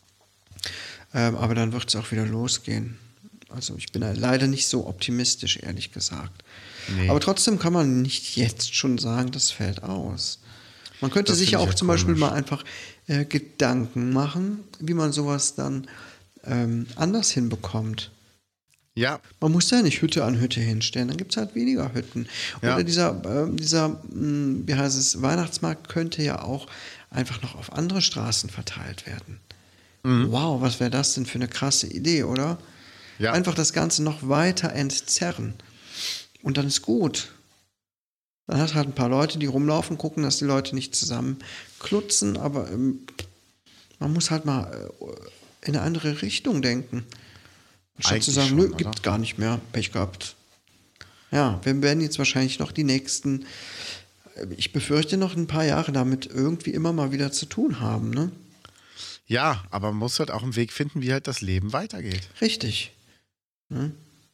aber dann wird es auch wieder losgehen. Also ich bin leider nicht so optimistisch, ehrlich gesagt. Nee. Aber trotzdem kann man nicht jetzt schon sagen, das fällt aus. Man könnte sich ja auch zum Beispiel mal einfach Gedanken machen, wie man sowas dann anders hinbekommt. Ja. Man muss ja nicht Hütte an Hütte hinstellen, dann gibt es halt weniger Hütten. Ja. Oder dieser wie heißt es, Weihnachtsmarkt könnte ja auch einfach noch auf andere Straßen verteilt werden. Wow, was wäre das denn für eine krasse Idee, oder? Ja. Einfach das Ganze noch weiter entzerren. Und dann ist gut. Dann hat halt ein paar Leute, die rumlaufen, gucken, dass die Leute nicht zusammen klutzen, aber man muss halt mal in eine andere Richtung denken. Anstatt zu sagen, nö, gibt gar nicht mehr, Pech gehabt. Ja, wir werden jetzt wahrscheinlich noch die nächsten, ich befürchte noch ein paar Jahre damit irgendwie immer mal wieder zu tun haben, ne? Ja, aber man muss halt auch einen Weg finden, wie halt das Leben weitergeht. Richtig. Hm?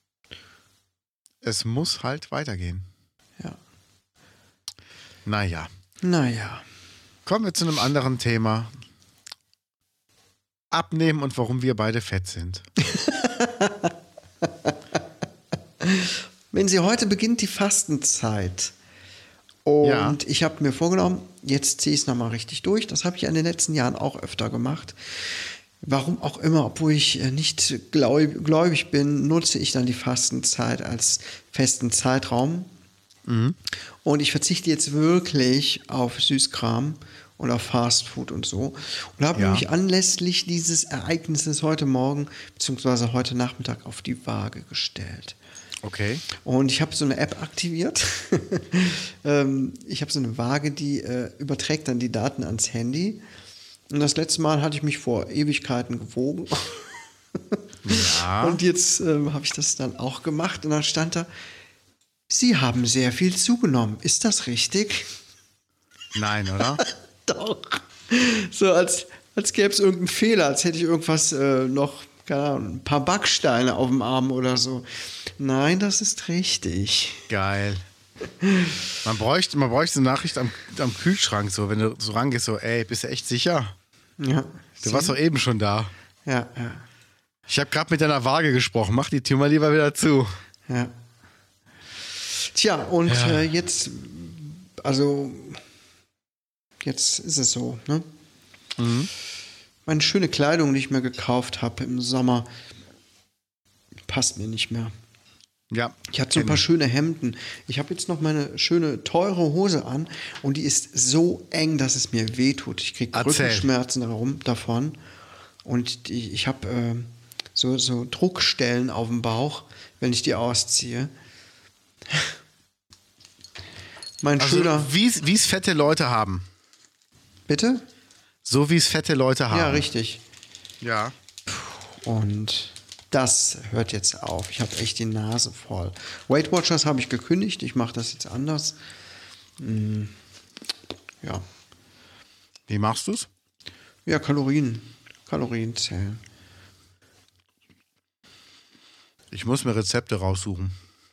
Es muss halt weitergehen. Ja. Naja. Kommen wir zu einem anderen Thema. Abnehmen und warum wir beide fett sind. Wenn Sie heute beginnt die Fastenzeit und ich habe mir vorgenommen, jetzt ziehe ich es nochmal richtig durch. Das habe ich in den letzten Jahren auch öfter gemacht. Warum auch immer, obwohl ich nicht gläubig bin, nutze ich dann die Fastenzeit als festen Zeitraum. Und ich verzichte jetzt wirklich auf Süßkram und auf Fastfood und so. Und habe mich anlässlich dieses Ereignisses heute Morgen bzw. heute Nachmittag auf die Waage gestellt. Okay. Und ich habe so eine App aktiviert. Ich habe so eine Waage, die überträgt dann die Daten ans Handy. Und das letzte Mal hatte ich mich vor Ewigkeiten gewogen. Ja. Und jetzt habe ich das dann auch gemacht. Und dann stand da, Sie haben sehr viel zugenommen. Ist das richtig? Nein, oder? Doch. So als gäbe es irgendeinen Fehler, als hätte ich irgendwas noch, keine Ahnung, ein paar Backsteine auf dem Arm oder so. Nein, das ist richtig. Geil. Man bräuchte eine Nachricht am Kühlschrank, so, wenn du so rangehst, so, ey, bist du echt sicher? Ja. Du warst doch eben schon da. Ja. Ich habe gerade mit deiner Waage gesprochen. Mach die Tür mal lieber wieder zu. Ja. Tja, und jetzt, also, jetzt ist es so, ne? Meine schöne Kleidung, die ich mir gekauft habe im Sommer, passt mir nicht mehr. Ja. Ich hatte so ein paar schöne Hemden. Ich habe jetzt noch meine schöne, teure Hose an und die ist so eng, dass es mir wehtut. Ich kriege Rückenschmerzen davon. Und ich habe so Druckstellen auf dem Bauch, wenn ich die ausziehe. Wie es fette Leute haben. Bitte? So wie es fette Leute haben. Ja, richtig. Ja. Und das hört jetzt auf. Ich habe echt die Nase voll. Weight Watchers habe ich gekündigt. Ich mache das jetzt anders. Ja. Wie machst du es? Ja, Kalorien zählen. Ich muss mir Rezepte raussuchen.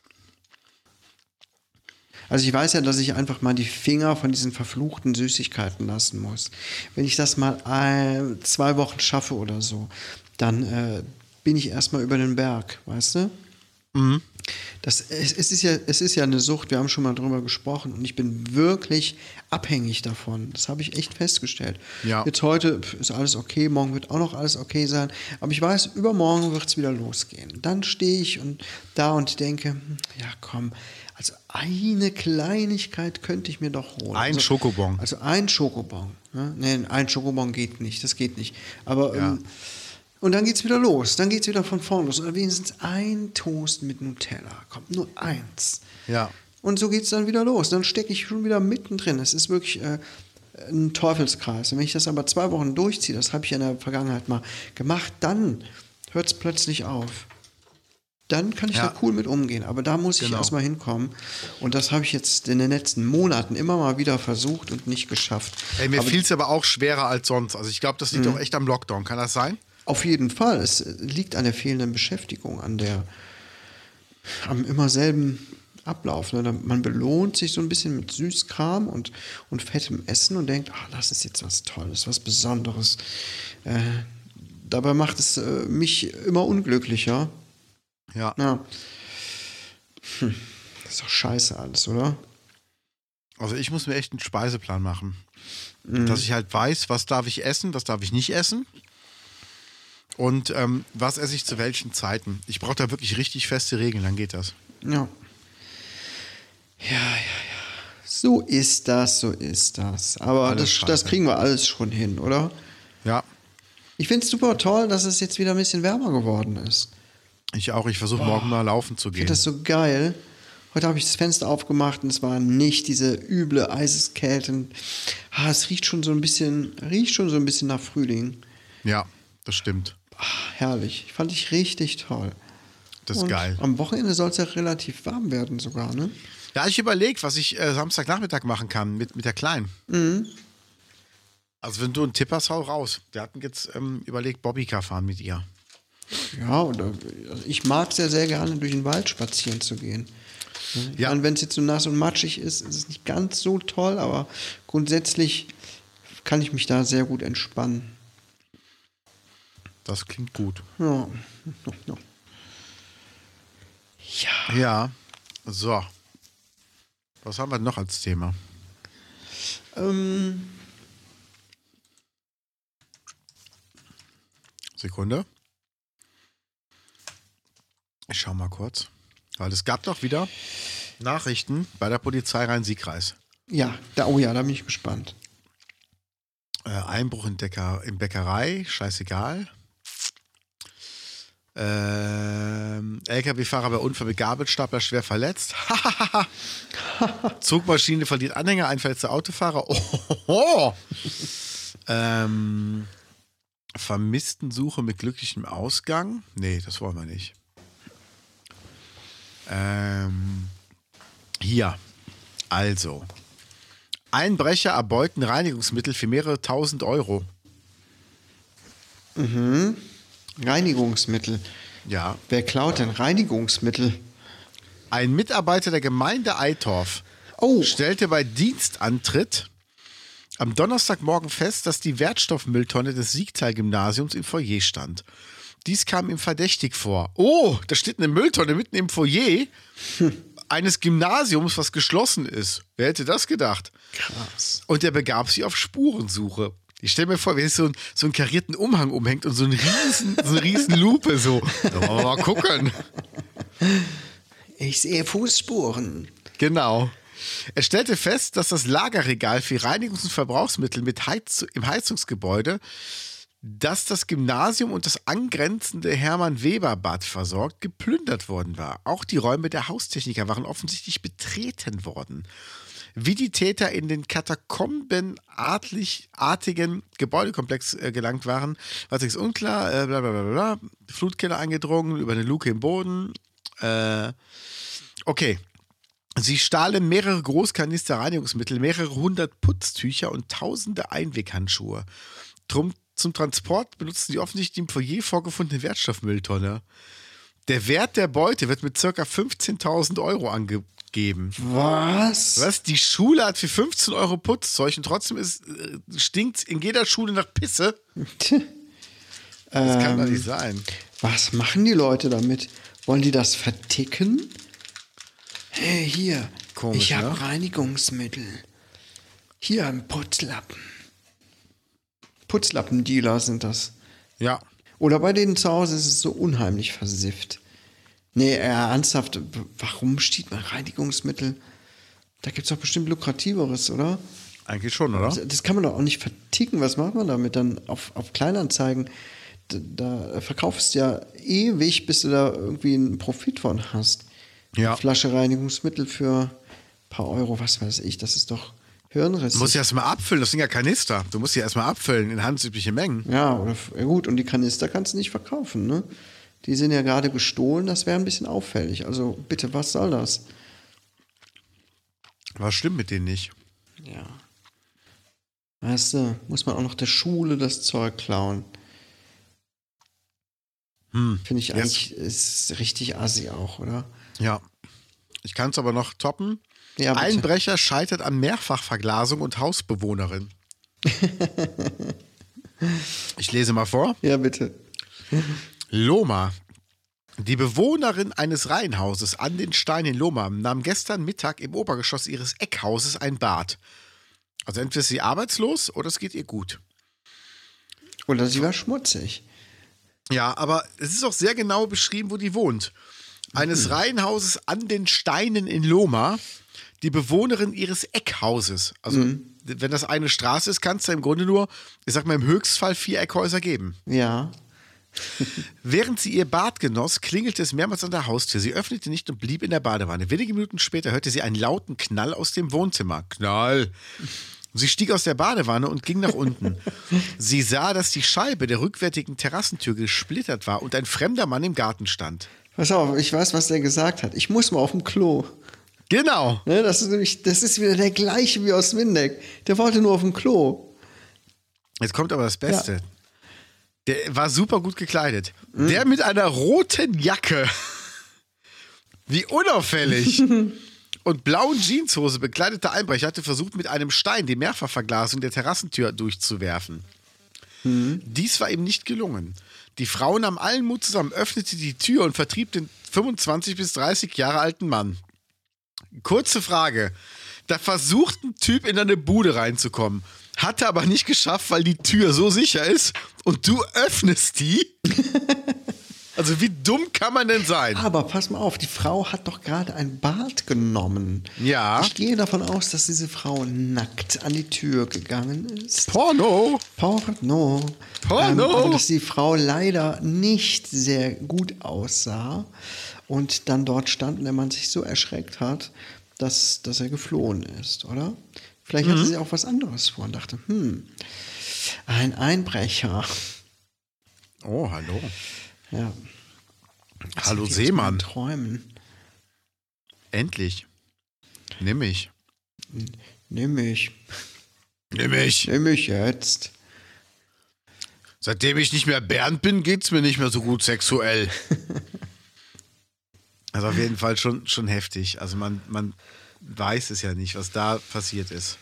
Also ich weiß ja, dass ich einfach mal die Finger von diesen verfluchten Süßigkeiten lassen muss. Wenn ich das mal 2 Wochen schaffe oder so, dann bin ich erstmal über den Berg, weißt du? Mhm. Es ist ja eine Sucht, wir haben schon mal drüber gesprochen und ich bin wirklich abhängig davon. Das habe ich echt festgestellt. Ja. Jetzt heute ist alles okay, morgen wird auch noch alles okay sein, aber ich weiß, übermorgen wird es wieder losgehen. Dann stehe ich da und denke, ja komm, also eine Kleinigkeit könnte ich mir doch holen. Ein Schokobon. Also ein Schokobon. Ne? Nee, ein Schokobon geht nicht, das geht nicht. Aber Ja. und dann geht's wieder los. Dann geht's wieder von vorne los. Oder wenigstens ein Toast mit Nutella. Kommt nur eins. Ja. Und so geht's dann wieder los. Dann stecke ich schon wieder mittendrin. Es ist wirklich ein Teufelskreis. Und wenn ich das aber 2 Wochen durchziehe, das habe ich in der Vergangenheit mal gemacht, dann hört es plötzlich auf. Dann kann ich da cool mit umgehen. Aber da muss ich erstmal hinkommen. Und das habe ich jetzt in den letzten Monaten immer mal wieder versucht und nicht geschafft. Ey, mir fiel es aber auch schwerer als sonst. Also ich glaube, das liegt auch echt am Lockdown. Kann das sein? Auf jeden Fall. Es liegt an der fehlenden Beschäftigung, am immer selben Ablauf. Ne? Man belohnt sich so ein bisschen mit Süßkram und fettem Essen und denkt, das ist jetzt was Tolles, was Besonderes. Dabei macht es mich immer unglücklicher. Ja. Das ist doch scheiße alles, oder? Also ich muss mir echt einen Speiseplan machen. Dass ich halt weiß, was darf ich essen, was darf ich nicht essen. Und was esse ich zu welchen Zeiten. Ich brauche da wirklich richtig feste Regeln, dann geht das. Ja. So ist das. Aber das kriegen wir alles schon hin, oder? Ja. Ich finde es super toll, dass es jetzt wieder ein bisschen wärmer geworden ist. Ich auch. Ich versuche morgen mal laufen zu Ich gehen. finde das so geil. Heute habe ich das Fenster aufgemacht und es war nicht diese üble Eiseskälte. Es riecht schon so ein bisschen nach Frühling. Ja, das stimmt. Herrlich. Fand ich richtig toll. Das ist geil. Am Wochenende soll es ja relativ warm werden sogar, ne? Ja, ich überlege, was ich Samstagnachmittag machen kann mit der Kleinen. Mhm. Also wenn du einen Tipp hast, hau raus. Wir hatten jetzt überlegt, Bobbycar fahren mit ihr. Ja, ich mag es ja sehr gerne, durch den Wald spazieren zu gehen. Ja. Und wenn es jetzt so nass und matschig ist, ist es nicht ganz so toll, aber grundsätzlich kann ich mich da sehr gut entspannen. Das klingt gut. Ja. Ja. So. Was haben wir noch als Thema? Sekunde. Ich schau mal kurz. Weil es gab doch wieder Nachrichten bei der Polizei Rhein-Sieg-Kreis. Ja, da bin ich gespannt. Einbruch in Bäckerei, scheißegal. LKW-Fahrer bei Unfall mit Gabelstapler schwer verletzt. Zugmaschine verliert Anhänger, ein verletzter Autofahrer. Vermisstensuche mit glücklichem Ausgang. Nee, das wollen wir nicht. Hier. Also. Einbrecher erbeuten Reinigungsmittel für mehrere tausend Euro. Reinigungsmittel. Ja. Wer klaut denn Reinigungsmittel? Ein Mitarbeiter der Gemeinde Eitorf stellte bei Dienstantritt am Donnerstagmorgen fest, dass die Wertstoffmülltonne des Siegtal-Gymnasiums im Foyer stand. Dies kam ihm verdächtig vor. Oh, da steht eine Mülltonne mitten im Foyer eines Gymnasiums, was geschlossen ist. Wer hätte das gedacht? Krass. Und er begab sich auf Spurensuche. Ich stelle mir vor, wenn es so einen karierten Umhang umhängt und so eine riesen Lupe so. Da wollen wir mal gucken. Ich sehe Fußspuren. Genau. Er stellte fest, dass das Lagerregal für Reinigungs- und Verbrauchsmittel im Heizungsgebäude, das das Gymnasium und das angrenzende Hermann-Weber-Bad versorgt, geplündert worden war. Auch die Räume der Haustechniker waren offensichtlich betreten worden. Wie die Täter in den katakombenartigen Gebäudekomplex gelangt waren, war es unklar. Blablabla. Flutkeller eingedrungen, über eine Luke im Boden. Okay. Sie stahlen mehrere Großkanister Reinigungsmittel, mehrere hundert Putztücher und tausende Einweghandschuhe. Zum Transport benutzten sie offensichtlich die im Foyer vorgefundene Wertstoffmülltonne. Der Wert der Beute wird mit ca. 15.000 Euro angegeben. Was? Die Schule hat für 15 Euro Putzzeug und trotzdem stinkt in jeder Schule nach Pisse? Das kann doch nicht sein. Was machen die Leute damit? Wollen die das verticken? Hey, hier, Komisch, ich habe ne? Reinigungsmittel. Hier ein Putzlappen. Putzlappendealer sind das. Ja. Oder bei denen zu Hause ist es so unheimlich versifft. Nee, ernsthaft, warum steht man Reinigungsmittel? Da gibt es doch bestimmt lukrativeres, oder? Eigentlich schon, oder? Das kann man doch auch nicht verticken. Was macht man damit dann auf Kleinanzeigen? Da verkaufst du ja ewig, bis du da irgendwie einen Profit von hast. Ja. Eine Flasche Reinigungsmittel für ein paar Euro, was weiß ich, das ist doch hirnrissig. Du musst ja erstmal abfüllen, das sind ja Kanister. Du musst sie erstmal abfüllen in handelsübliche Mengen. Ja, ja gut, und die Kanister kannst du nicht verkaufen, ne? Die sind ja gerade gestohlen, das wäre ein bisschen auffällig. Also bitte, was soll das? Was stimmt mit denen nicht? Ja. Weißt du, muss man auch noch der Schule das Zeug klauen. Finde ich eigentlich, ist richtig assi auch, oder? Ja. Ich kann es aber noch toppen. Ja, bitte. Einbrecher scheitert an Mehrfachverglasung und Hausbewohnerin. Ich lese mal vor. Ja, bitte. Loma. Die Bewohnerin eines Reihenhauses an den Steinen in Loma nahm gestern Mittag im Obergeschoss ihres Eckhauses ein Bad. Also entweder ist sie arbeitslos oder es geht ihr gut. Oder sie war schmutzig. Ja, aber es ist auch sehr genau beschrieben, wo die wohnt. Eines Reihenhauses an den Steinen in Loma, die Bewohnerin ihres Eckhauses. Also, wenn das eine Straße ist, kann es da im Grunde nur, ich sag mal, im Höchstfall 4 Eckhäuser geben. Ja. Während sie ihr Bad genoss, klingelte es mehrmals an der Haustür. Sie öffnete nicht und blieb in der Badewanne. Wenige Minuten später hörte sie einen lauten Knall aus dem Wohnzimmer. Knall! Sie stieg aus der Badewanne und ging nach unten. Sie sah, dass die Scheibe der rückwärtigen Terrassentür gesplittert war und ein fremder Mann im Garten stand. Pass auf, ich weiß, was der gesagt hat. Ich muss mal auf dem Klo. Genau. Ne, das ist wieder der gleiche wie aus Windeck. Der wollte nur auf dem Klo. Jetzt kommt aber das Beste. Ja. Der war super gut gekleidet. Der mit einer roten Jacke. Wie unauffällig. Und blauen Jeanshose bekleidete Einbrecher hatte versucht, mit einem Stein die Mehrfachverglasung der Terrassentür durchzuwerfen. Dies war ihm nicht gelungen. Die Frau nahm allen Mut zusammen, öffnete die Tür und vertrieb den 25 bis 30 Jahre alten Mann. Kurze Frage. Da versucht ein Typ in eine Bude reinzukommen, hatte aber nicht geschafft, weil die Tür so sicher ist und du öffnest die? Also wie dumm kann man denn sein? Aber pass mal auf, die Frau hat doch gerade ein Bad genommen. Ja. Ich gehe davon aus, dass diese Frau nackt an die Tür gegangen ist. Porno. Porno. Aber dass die Frau leider nicht sehr gut aussah und dann dort stand und der Mann sich so erschreckt hat, dass er geflohen ist, oder? Vielleicht hatte sie auch was anderes vor und dachte, ein Einbrecher. Oh, hallo. Ja. Hallo Was Seemann. mit Träumen. Endlich. Nimm mich. Nimm mich. Nimm mich. Nimm mich jetzt. Seitdem ich nicht mehr Bernd bin, geht's mir nicht mehr so gut sexuell. Also auf jeden Fall schon heftig. Also man weiß es ja nicht, was da passiert ist.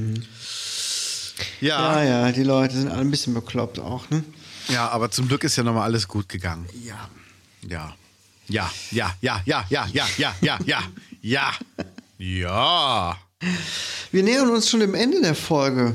Ja, die Leute sind alle ein bisschen bekloppt auch, ne? Ja, aber zum Glück ist ja nochmal alles gut gegangen. Ja. Ja. Ja. Wir nähern uns schon dem Ende der Folge.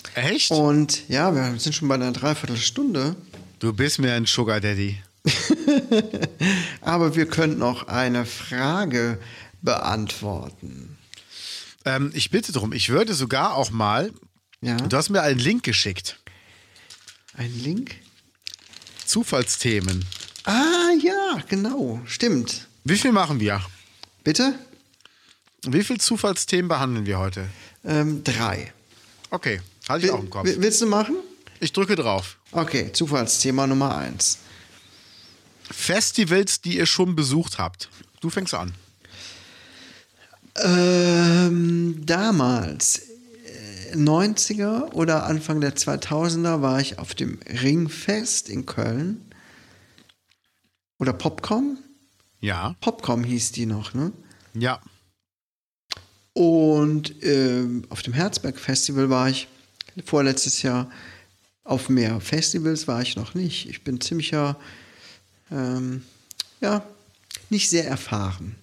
Echt? Und ja, wir sind schon bei einer Dreiviertelstunde. Du bist mir ein Sugar Daddy. Aber wir können noch eine Frage beantworten. Ich bitte darum, ich würde sogar auch mal, Ja? du hast mir einen Link geschickt, Ein Link? Zufallsthemen. Ah, ja, genau. Stimmt. Wie viel machen wir? Bitte? Wie viele Zufallsthemen behandeln wir heute? 3. Okay, halte ich auch im Kopf. Willst du machen? Ich drücke drauf. Okay, Zufallsthema Nummer 1. Festivals, die ihr schon besucht habt. Du fängst an. Damals, 90er oder Anfang der 2000er, war ich auf dem Ringfest in Köln. Oder Popcom? Ja. Popcom hieß die noch, ne? Ja. Und auf dem Herzberg-Festival war ich vorletztes Jahr. Auf mehr Festivals war ich noch nicht. Ich bin ziemlicher, nicht sehr erfahren.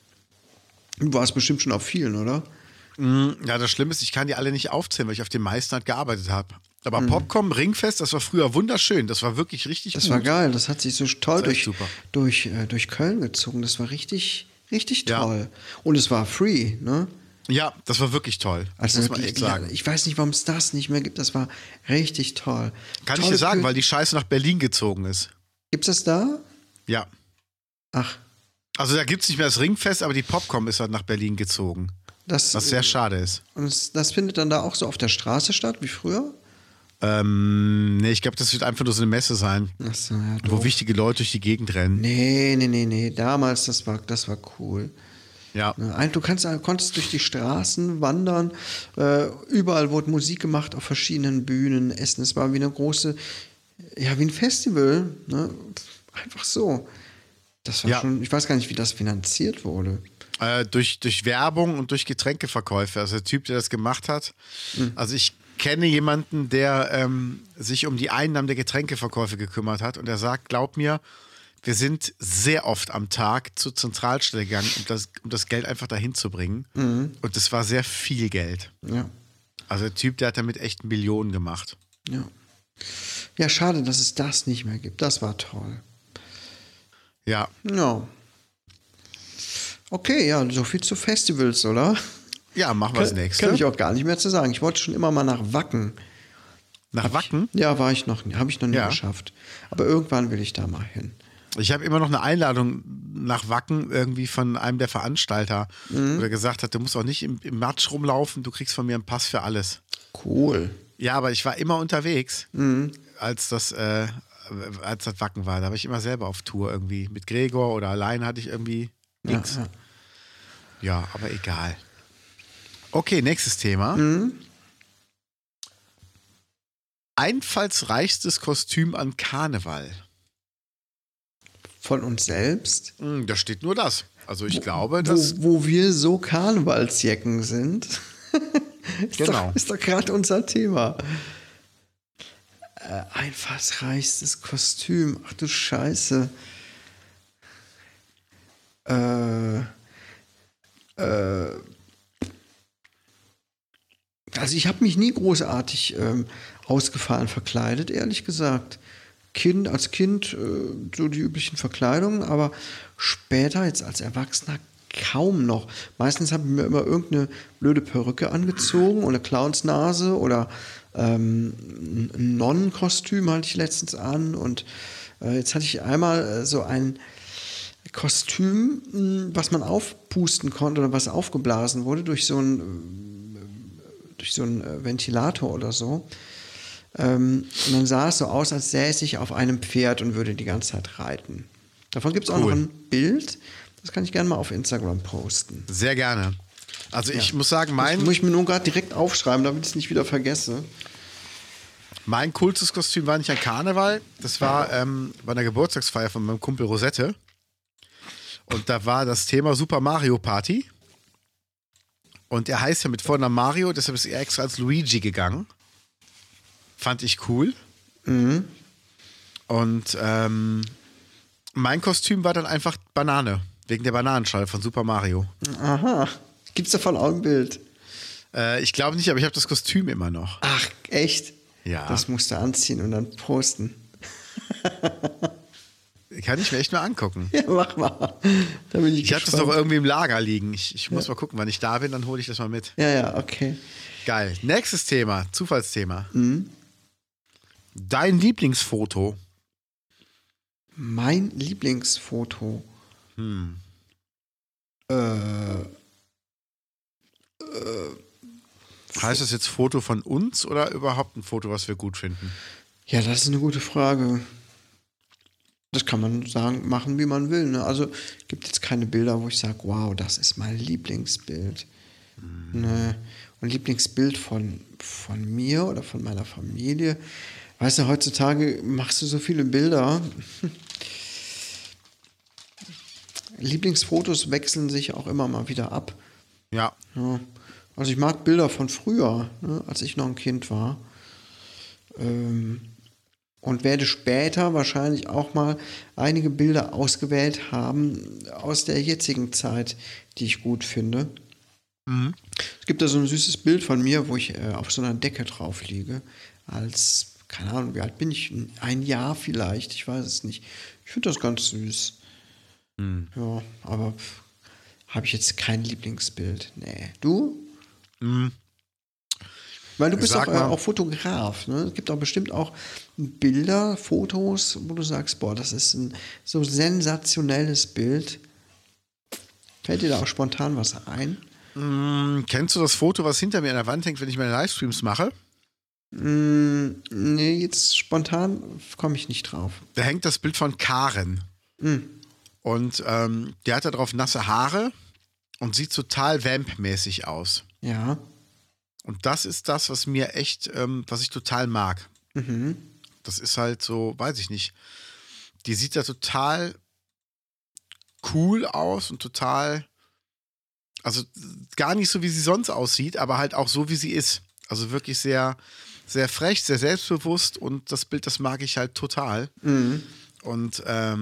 Du warst bestimmt schon auf vielen, oder? Ja, das Schlimme ist, ich kann die alle nicht aufzählen, weil ich auf den meisten halt gearbeitet habe. Aber Popcom, Ringfest, das war früher wunderschön. Das war wirklich richtig gut. Das war geil. Das hat sich so toll Das ist echt durch Köln gezogen. Das war richtig, richtig Ja. toll. Und es war free, ne? Ja, das war wirklich toll. Also muss man echt sagen. Ich weiß nicht, warum es das nicht mehr gibt. Das war richtig toll. Kann ich dir sagen, weil die Scheiße nach Berlin gezogen ist. Gibt's das da? Ja. Ach, Also da gibt es nicht mehr das Ringfest, aber die Popcom ist halt nach Berlin gezogen. Was sehr schade ist. und das findet dann da auch so auf der Straße statt, wie früher? Nee, ich glaube, das wird einfach nur so eine Messe sein, Ach so, ja, wo doof. wichtige Leute durch die Gegend rennen. Nee. Damals, das war cool. Ja. Du konntest durch die Straßen wandern. Überall wurde Musik gemacht auf verschiedenen Bühnen, Essen. Es war wie eine große, ja, wie ein Festival. Ne? Einfach so. Das war Ja. schon, ich weiß gar nicht, wie das finanziert wurde. Durch Werbung und durch Getränkeverkäufe. Also der Typ, der das gemacht hat. Also ich kenne jemanden, der sich um die Einnahmen der Getränkeverkäufe gekümmert hat. Und er sagt, glaub mir, wir sind sehr oft am Tag zur Zentralstelle gegangen, um das Geld einfach dahin zu bringen. Und das war sehr viel Geld. Ja. Also der Typ, der hat damit echt Millionen gemacht. Ja. Ja, schade, dass es das nicht mehr gibt. Das war toll. Ja. Ja. Okay, ja, so viel zu Festivals, oder? Ja, machen wir das nächste. Kann ich auch gar nicht mehr zu sagen. Ich wollte schon immer mal nach Wacken. Nach Wacken? Ja, habe ich noch nie Ja. geschafft. Aber irgendwann will ich da mal hin. Ich habe immer noch eine Einladung nach Wacken irgendwie von einem der Veranstalter, wo er gesagt hat, du musst auch nicht im Matsch rumlaufen, du kriegst von mir einen Pass für alles. Cool. Ja, aber ich war immer unterwegs, als das Wacken war. Da war ich immer selber auf Tour irgendwie. Mit Gregor oder allein hatte ich irgendwie nichts. Ja. Ja, aber egal. Okay, nächstes Thema. Einfallsreichstes Kostüm an Karneval. Von uns selbst. Da steht nur das. Also ich glaube, dass... Wo wir so Karnevalsjecken sind. Genau. Ist doch gerade unser Thema. Einfallsreichstes Kostüm. Ach du Scheiße. Also ich habe mich nie großartig ausgefallen verkleidet, ehrlich gesagt. Als Kind so die üblichen Verkleidungen, aber später jetzt als Erwachsener kaum noch. Meistens habe ich mir immer irgendeine blöde Perücke angezogen oder Clownsnase oder ein Nonnenkostüm hatte ich letztens an und jetzt hatte ich einmal so ein Kostüm, was man aufpusten konnte oder was aufgeblasen wurde durch so einen Ventilator oder so. Und dann sah es so aus, als säße ich auf einem Pferd und würde die ganze Zeit reiten. Davon gibt es auch noch ein Bild. Das kann ich gerne mal auf Instagram posten. Sehr gerne. Also ich muss sagen, Das muss ich mir nur gerade direkt aufschreiben, damit ich es nicht wieder vergesse. mein coolstes Kostüm war nicht an Karneval. Das war bei einer Geburtstagsfeier von meinem Kumpel Rosette. Und da war das Thema Super Mario Party. Und er heißt ja mit Vornamen Mario, deshalb ist er extra als Luigi gegangen. Fand ich cool. Und mein Kostüm war dann einfach Banane. Wegen der Bananenschale von Super Mario. Aha. Gibt es davon auch ein Bild? Ich glaube nicht, aber ich habe das Kostüm immer noch. Ach, echt? Ja. Das musst du anziehen und dann posten. kann ich mir echt mal angucken. Ja, mach mal. Da bin Ich habe das doch irgendwie im Lager liegen. Ich muss mal gucken, wann ich da bin, dann hole ich das mal mit. Ja, okay. Geil. Nächstes Thema, Zufallsthema. Dein Lieblingsfoto. Mein Lieblingsfoto. Heißt das jetzt Foto von uns oder überhaupt ein Foto, was wir gut finden? Ja, das ist eine gute Frage. Das kann man sagen, machen, wie man will. Ne? Also gibt jetzt keine Bilder, wo ich sage, wow, das ist mein Lieblingsbild. Ne? Und Lieblingsbild von mir oder von meiner Familie. Weißt du, heutzutage machst du so viele Bilder. Lieblingsfotos wechseln sich auch immer mal wieder ab. Ja. Ja. Also ich mag Bilder von früher, ne, als ich noch ein Kind war. Und werde später wahrscheinlich auch mal einige Bilder ausgewählt haben aus der jetzigen Zeit, die ich gut finde. Es gibt da so ein süßes Bild von mir, wo ich auf so einer Decke drauf liege. Als, keine Ahnung, wie alt bin ich? Ein Jahr vielleicht, ich weiß es nicht. Ich finde das ganz süß. Ja, aber habe ich jetzt kein Lieblingsbild. Nee. Du? Weil du bist auch Fotograf. Ne? Es gibt auch bestimmt auch Bilder, Fotos, wo du sagst, boah, das ist ein so sensationelles Bild. Fällt dir da auch spontan was ein? Kennst du das Foto, was hinter mir an der Wand hängt, wenn ich meine Livestreams mache? Nee, jetzt spontan komme ich nicht drauf. Da hängt das Bild von Karen. Und die hat da drauf nasse Haare und sieht total Vamp-mäßig aus. Ja. Und das ist das, was mir echt, was ich total mag. Das ist halt so, weiß ich nicht. Die sieht da total cool aus und total, also gar nicht so, wie sie sonst aussieht, aber halt auch so, wie sie ist. Also wirklich sehr, sehr frech, sehr selbstbewusst und das Bild, das mag ich halt total. Und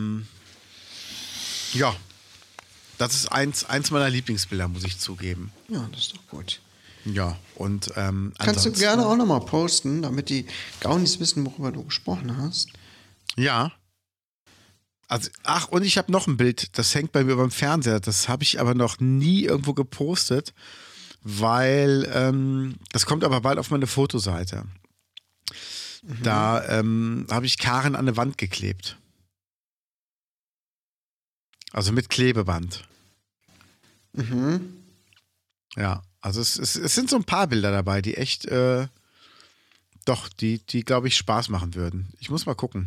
ja, das ist eins meiner Lieblingsbilder, muss ich zugeben. Ja, das ist doch gut. Ja, und Kannst du gerne auch nochmal posten, damit die Gaunis wissen, worüber du gesprochen hast. Ja. Also, und ich habe noch ein Bild, das hängt bei mir beim Fernseher. Das habe ich aber noch nie irgendwo gepostet, weil das kommt aber bald auf meine Fotoseite. Da habe ich Karen an eine Wand geklebt. Also mit Klebeband. Ja, also es sind so ein paar Bilder dabei, die echt, die glaube ich, Spaß machen würden. Ich muss mal gucken.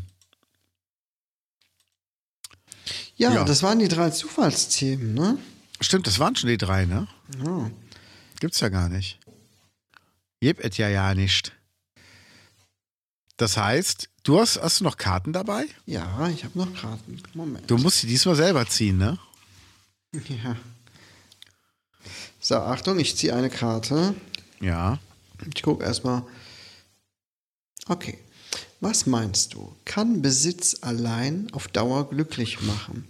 Ja, das waren die 3 Zufallsthemen, ne? Stimmt, das waren schon die 3, ne? Ja. Gibt's ja gar nicht. Gibt es ja nicht. Das heißt, hast du noch Karten dabei? Ja, ich habe noch Karten. Moment. Du musst sie diesmal selber ziehen, ne? Ja. So, Achtung, ich ziehe eine Karte. Ja. Ich gucke erstmal. Okay. Was meinst du? Kann Besitz allein auf Dauer glücklich machen?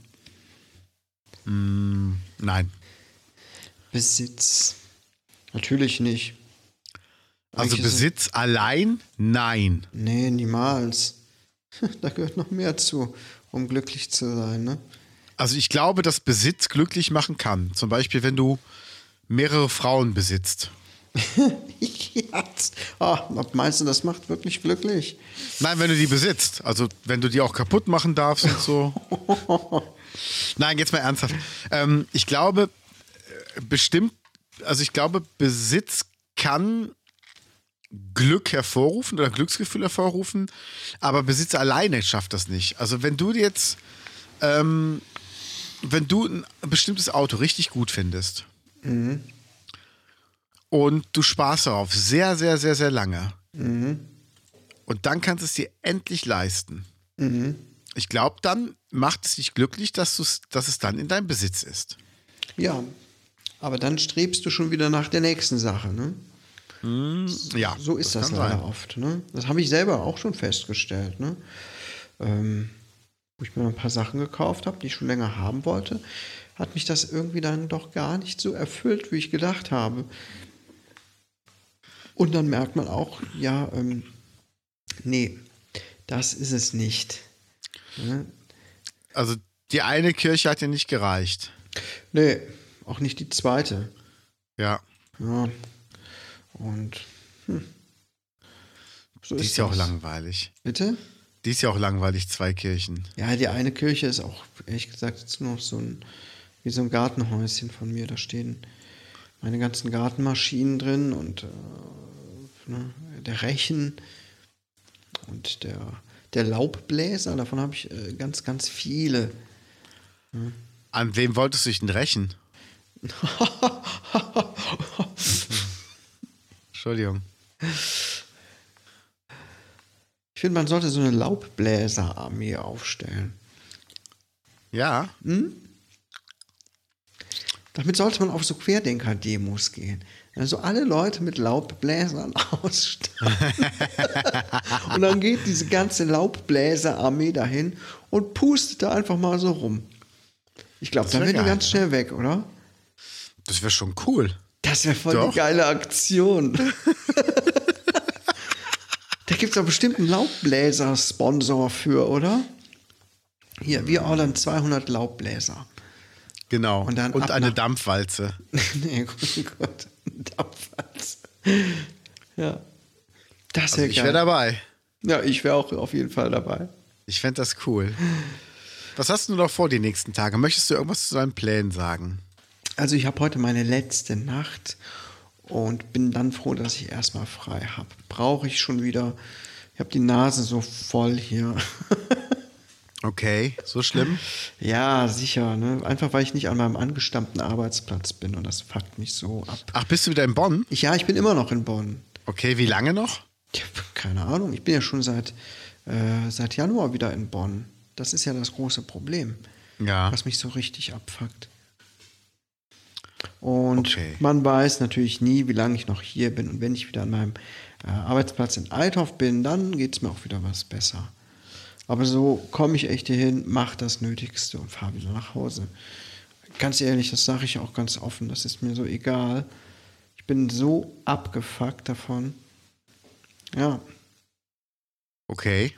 Nein. Besitz. Natürlich nicht. Also Eigentlich Besitz allein? Nein. Nee, niemals. Da gehört noch mehr zu, um glücklich zu sein, ne? Also ich glaube, dass Besitz glücklich machen kann. Zum Beispiel, wenn du mehrere Frauen besitzt. Ja. Meinst du, das macht wirklich glücklich? Nein, wenn du die besitzt. Also wenn du die auch kaputt machen darfst und so. Nein, jetzt mal ernsthaft. Ich glaube, Besitz kann Glück hervorrufen oder Glücksgefühl hervorrufen, aber Besitz alleine schafft das nicht. Also wenn du jetzt, wenn du ein bestimmtes Auto richtig gut findest und du sparst darauf sehr, sehr, sehr, sehr lange und dann kannst du es dir endlich leisten. Ich glaube, dann macht es dich glücklich, dass es dann in deinem Besitz ist. Ja, aber dann strebst du schon wieder nach der nächsten Sache, ne? Ja, so ist das leider oft. Ne? Das habe ich selber auch schon festgestellt. Ne? Wo ich mir ein paar Sachen gekauft habe, die ich schon länger haben wollte, hat mich das irgendwie dann doch gar nicht so erfüllt, wie ich gedacht habe. Und dann merkt man auch, ja, nee, das ist es nicht. Ne? Also die eine Kirche hat ja nicht gereicht. Nee, auch nicht die zweite. Ja. Ja. Und so Die ist ja auch das. langweilig. Bitte? Die ist ja auch langweilig, 2 Kirchen. Ja, die eine Kirche ist auch, ehrlich gesagt, jetzt nur noch wie so ein Gartenhäuschen von mir. Da stehen meine ganzen Gartenmaschinen drin und der Rechen und der Laubbläser. Davon habe ich ganz, ganz viele. An wem wolltest du dich denn rächen? Entschuldigung. Ich finde, man sollte so eine Laubbläserarmee aufstellen. Ja. Damit sollte man auf so Querdenker-Demos gehen. Also alle Leute mit Laubbläsern ausstatten. Und dann geht diese ganze Laubbläserarmee dahin und pustet da einfach mal so rum. Ich glaube, Das dann wär werden die geil, ganz schnell weg, oder? Das wäre schon cool. Das wäre voll Doch. die geile Aktion. Da gibt es doch bestimmt einen Laubbläser-Sponsor für, oder? Hier, wir ordern 200 Laubbläser. Genau. Und dann ab eine nach- Dampfwalze. Nee, Gott, Dampfwalze. Ja. Das Also wäre ich geil. wäre dabei. Ja, ich wäre auch auf jeden Fall dabei. Ich fände das cool. Was hast du noch vor die nächsten Tage? Möchtest du irgendwas zu deinen Plänen sagen? Also ich habe heute meine letzte Nacht und bin dann froh, dass ich erstmal frei habe. Brauche ich schon wieder. Ich habe die Nase so voll hier. Okay, so schlimm? Ja, sicher. Ne? Einfach weil ich nicht an meinem angestammten Arbeitsplatz bin und das fuckt mich so ab. Ach, bist du wieder in Bonn? Ich bin immer noch in Bonn. Okay, wie lange noch? Ja, keine Ahnung. Ich bin ja schon seit Januar wieder in Bonn. Das ist ja das große Problem, Ja. was mich so richtig abfuckt. Und Okay. man weiß natürlich nie, wie lange ich noch hier bin. Und wenn ich wieder an meinem Arbeitsplatz in Althoff bin, dann geht es mir auch wieder was besser. Aber so komme ich echt hier hin, mache das Nötigste und fahre wieder nach Hause. Ganz ehrlich, das sage ich auch ganz offen, das ist mir so egal. Ich bin so abgefuckt davon. Ja. Okay.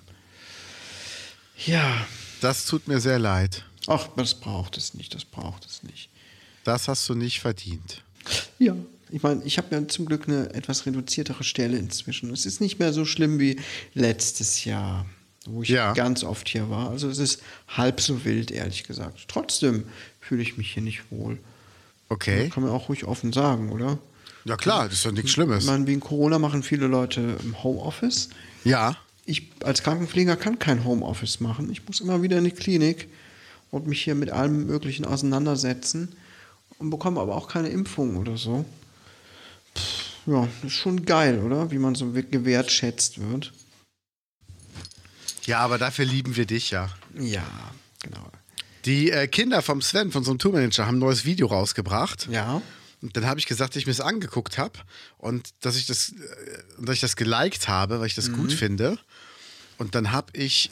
Ja. Das tut mir sehr leid. Ach, das braucht es nicht, das braucht es nicht. Das hast du nicht verdient. Ja. Ich meine, ich habe ja zum Glück eine etwas reduziertere Stelle inzwischen. Es ist nicht mehr so schlimm wie letztes Jahr, wo ich Ja. ganz oft hier war. Also es ist halb so wild, ehrlich gesagt. Trotzdem fühle ich mich hier nicht wohl. Okay. Kann man auch ruhig offen sagen, oder? Ja klar, das ist doch nichts Ich Schlimmes. meine, wegen Corona machen viele Leute im Homeoffice. Ja. Ich als Krankenpfleger kann kein Homeoffice machen. Ich muss immer wieder in die Klinik und mich hier mit allem Möglichen auseinandersetzen und bekomme aber auch keine Impfung oder so. Ja, ist schon geil, oder? Wie man so gewertschätzt wird. Ja, aber dafür lieben wir dich ja. Ja, genau. Die Kinder vom Sven, von so einem Tourmanager, haben ein neues Video rausgebracht. Ja. Und dann habe ich gesagt, dass ich mir das angeguckt habe und dass ich das geliked habe, weil ich das gut finde. Und dann habe ich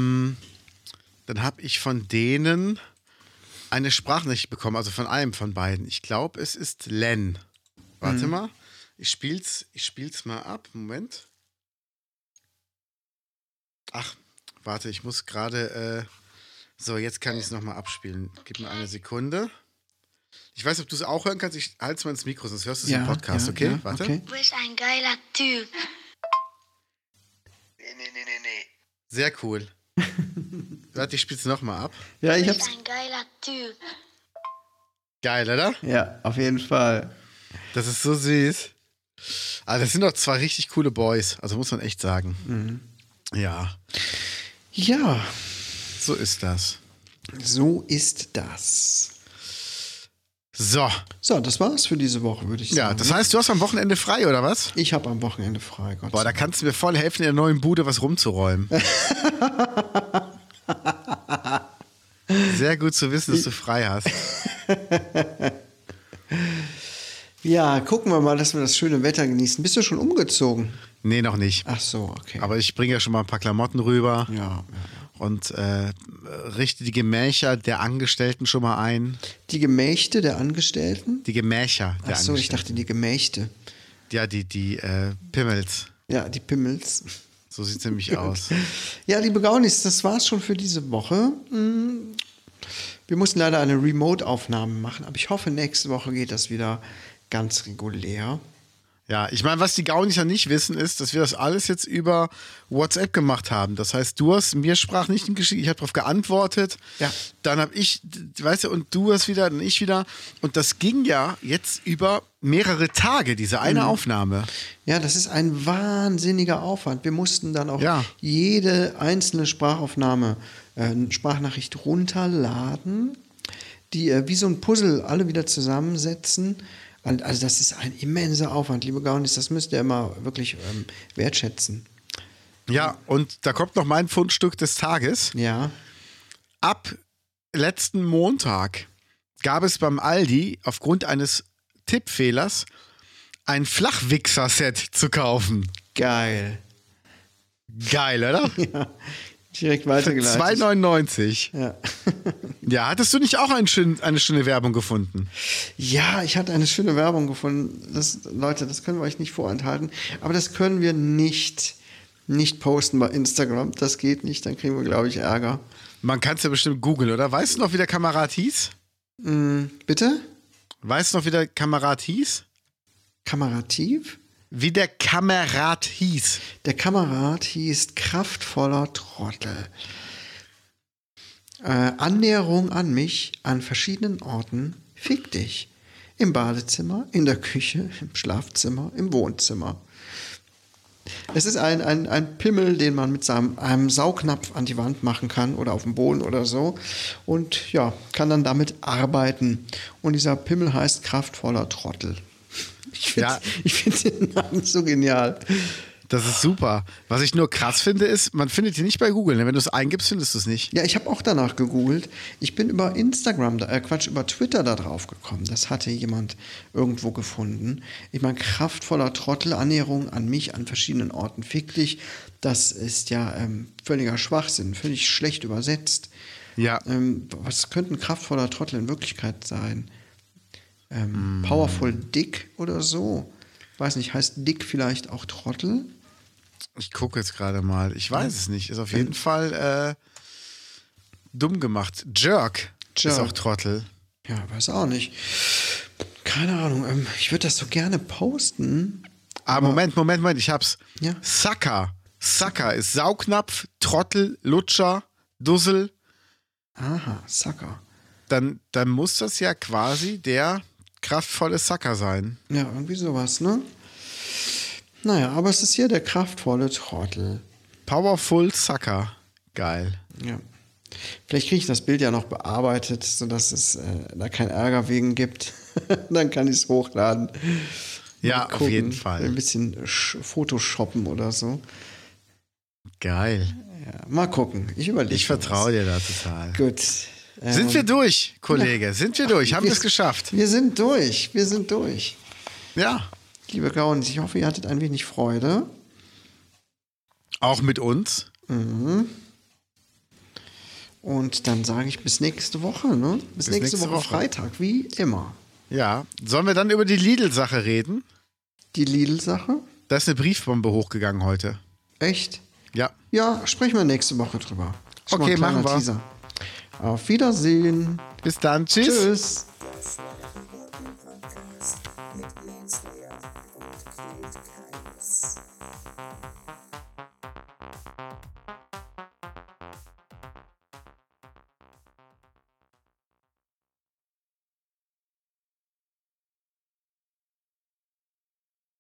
von denen eine Sprachnachricht bekommen, also von einem von beiden. Ich glaube, es ist Len. Warte mal, ich spiel's mal ab. Moment. Ach, warte, ich muss gerade. So, jetzt kann ich es nochmal abspielen. Gib mir eine Sekunde. Ich weiß, ob du es auch hören kannst. Ich halte es mal ins Mikro, sonst hörst du es im Podcast, ja, okay? ja, Warte. okay. Du bist ein geiler Typ. Nee. Sehr cool. Warte, ich spiel's nochmal ab. Ja, ich Du hab's. bist ein geiler Typ. Geil, oder? Ja, auf jeden Fall. Das ist so süß. Aber das sind doch zwei richtig coole Boys. Also muss man echt sagen. Ja, Ja, so ist das. so ist das. So. So, das war's für diese Woche, würde ich sagen. Ja, das heißt, du hast am Wochenende frei, oder was? Ich habe am Wochenende frei, Gott Boah, sei da kannst du mir voll helfen, in der neuen Bude was rumzuräumen. Sehr gut zu wissen, dass du frei hast. Ja, gucken wir mal, dass wir das schöne Wetter genießen. Bist du schon umgezogen? Nee, noch nicht. Ach so, okay. Aber ich bringe ja schon mal ein paar Klamotten rüber ja. und richte die Gemächer der Angestellten schon mal ein. Die Gemächte der Angestellten? Die Gemächer der Ach so, ich Angestellten. dachte die Gemächte. Ja, die Pimmels. Ja, die Pimmels. So sieht es nämlich aus. Ja, liebe Gaunis, das war's schon für diese Woche. Wir mussten leider eine Remote-Aufnahme machen, aber ich hoffe, nächste Woche geht das wieder ganz regulär. Ja, ich meine, was die Gaunis ja nicht wissen, ist, dass wir das alles jetzt über WhatsApp gemacht haben. Das heißt, du hast mir Sprachnachrichten geschickt, ich habe darauf geantwortet. Ja. Dann habe ich, weißt du, und du hast wieder, dann ich wieder. Und das ging ja jetzt über mehrere Tage, diese eine Aufnahme. Ja, das ist ein wahnsinniger Aufwand. Wir mussten dann auch Ja. jede einzelne Sprachaufnahme, Sprachnachricht runterladen, die wie so ein Puzzle alle wieder zusammensetzen. Also das ist ein immenser Aufwand, liebe Gaunis, das müsst ihr immer wirklich wertschätzen. Ja, und da kommt noch mein Fundstück des Tages. Ja. Ab letzten Montag gab es beim Aldi aufgrund eines Tippfehlers ein Flachwichser-Set zu kaufen. Geil. Geil, oder? Ja, direkt weitergeleitet. 2,99. Ja. Ja, hattest du nicht auch eine schöne Werbung gefunden? Ja, ich hatte eine schöne Werbung gefunden. Leute, das können wir euch nicht vorenthalten. Aber das können wir nicht posten bei Instagram. Das geht nicht, dann kriegen wir, glaube ich, Ärger. Man kann es ja bestimmt googeln, oder? Weißt du noch, wie der Kamerad hieß? Bitte? Weißt du noch, wie der Kamerad hieß? Kamerativ? Wie der Kamerad hieß. Der Kamerad hieß kraftvoller Trottel. Annäherung an mich an verschiedenen Orten. Fick dich. Im Badezimmer, in der Küche, im Schlafzimmer, im Wohnzimmer. Es ist ein Pimmel, den man mit einem Saugnapf an die Wand machen kann oder auf dem Boden oder so. Und ja, kann dann damit arbeiten. Und dieser Pimmel heißt kraftvoller Trottel. Ich finde den Namen so genial. Das ist super. Was ich nur krass finde, ist, man findet ihn nicht bei Google. Wenn du es eingibst, findest du es nicht. Ja, ich habe auch danach gegoogelt. Ich bin über über Twitter da drauf gekommen. Das hatte jemand irgendwo gefunden. Ich meine, kraftvoller Trottel, Annäherung an mich an verschiedenen Orten. Fick dich. Das ist ja völliger Schwachsinn, völlig schlecht übersetzt. Ja. Was könnte ein kraftvoller Trottel in Wirklichkeit sein? Powerful Dick oder so? Weiß nicht, heißt Dick vielleicht auch Trottel? Ich gucke jetzt gerade mal. Ich weiß es nicht. Ist auf jeden Fall dumm gemacht. Jerk ist auch Trottel. Ja, weiß auch nicht. Keine Ahnung. Ich würde das so gerne posten. Moment. Ich hab's. Ja. Sucker. Sucker ist Saugnapf, Trottel, Lutscher, Dussel. Aha, Sucker. Dann muss das ja quasi der kraftvolle Sucker sein. Ja, irgendwie sowas, ne? Naja, aber es ist hier der kraftvolle Trottel. Powerful Sucker. Geil. Ja. Vielleicht kriege ich das Bild ja noch bearbeitet, sodass es da keinen Ärger wegen gibt. Dann kann ich es hochladen. Ja, Mal auf gucken. jeden Fall. Ein bisschen Photoshoppen oder so. Geil. Ja, mal gucken. Ich überlege. Ich vertraue dir da total. Gut. Sind wir durch, Kollege? Ja. Sind wir durch? Haben wir es geschafft? Wir sind durch. Wir sind durch. Ja. Liebe Gaunis, ich hoffe, ihr hattet ein wenig Freude. Auch mit uns. Und dann sage ich bis nächste Woche, ne? Bis nächste Woche Freitag, wie immer. Ja. Sollen wir dann über die Lidl-Sache reden? Die Lidl-Sache? Da ist eine Briefbombe hochgegangen heute. Echt? Ja. Ja, sprechen wir nächste Woche drüber. Schon mal Okay, ein kleiner machen wir. Teaser. Auf Wiedersehen. Bis dann. Tschüss. Tschüss.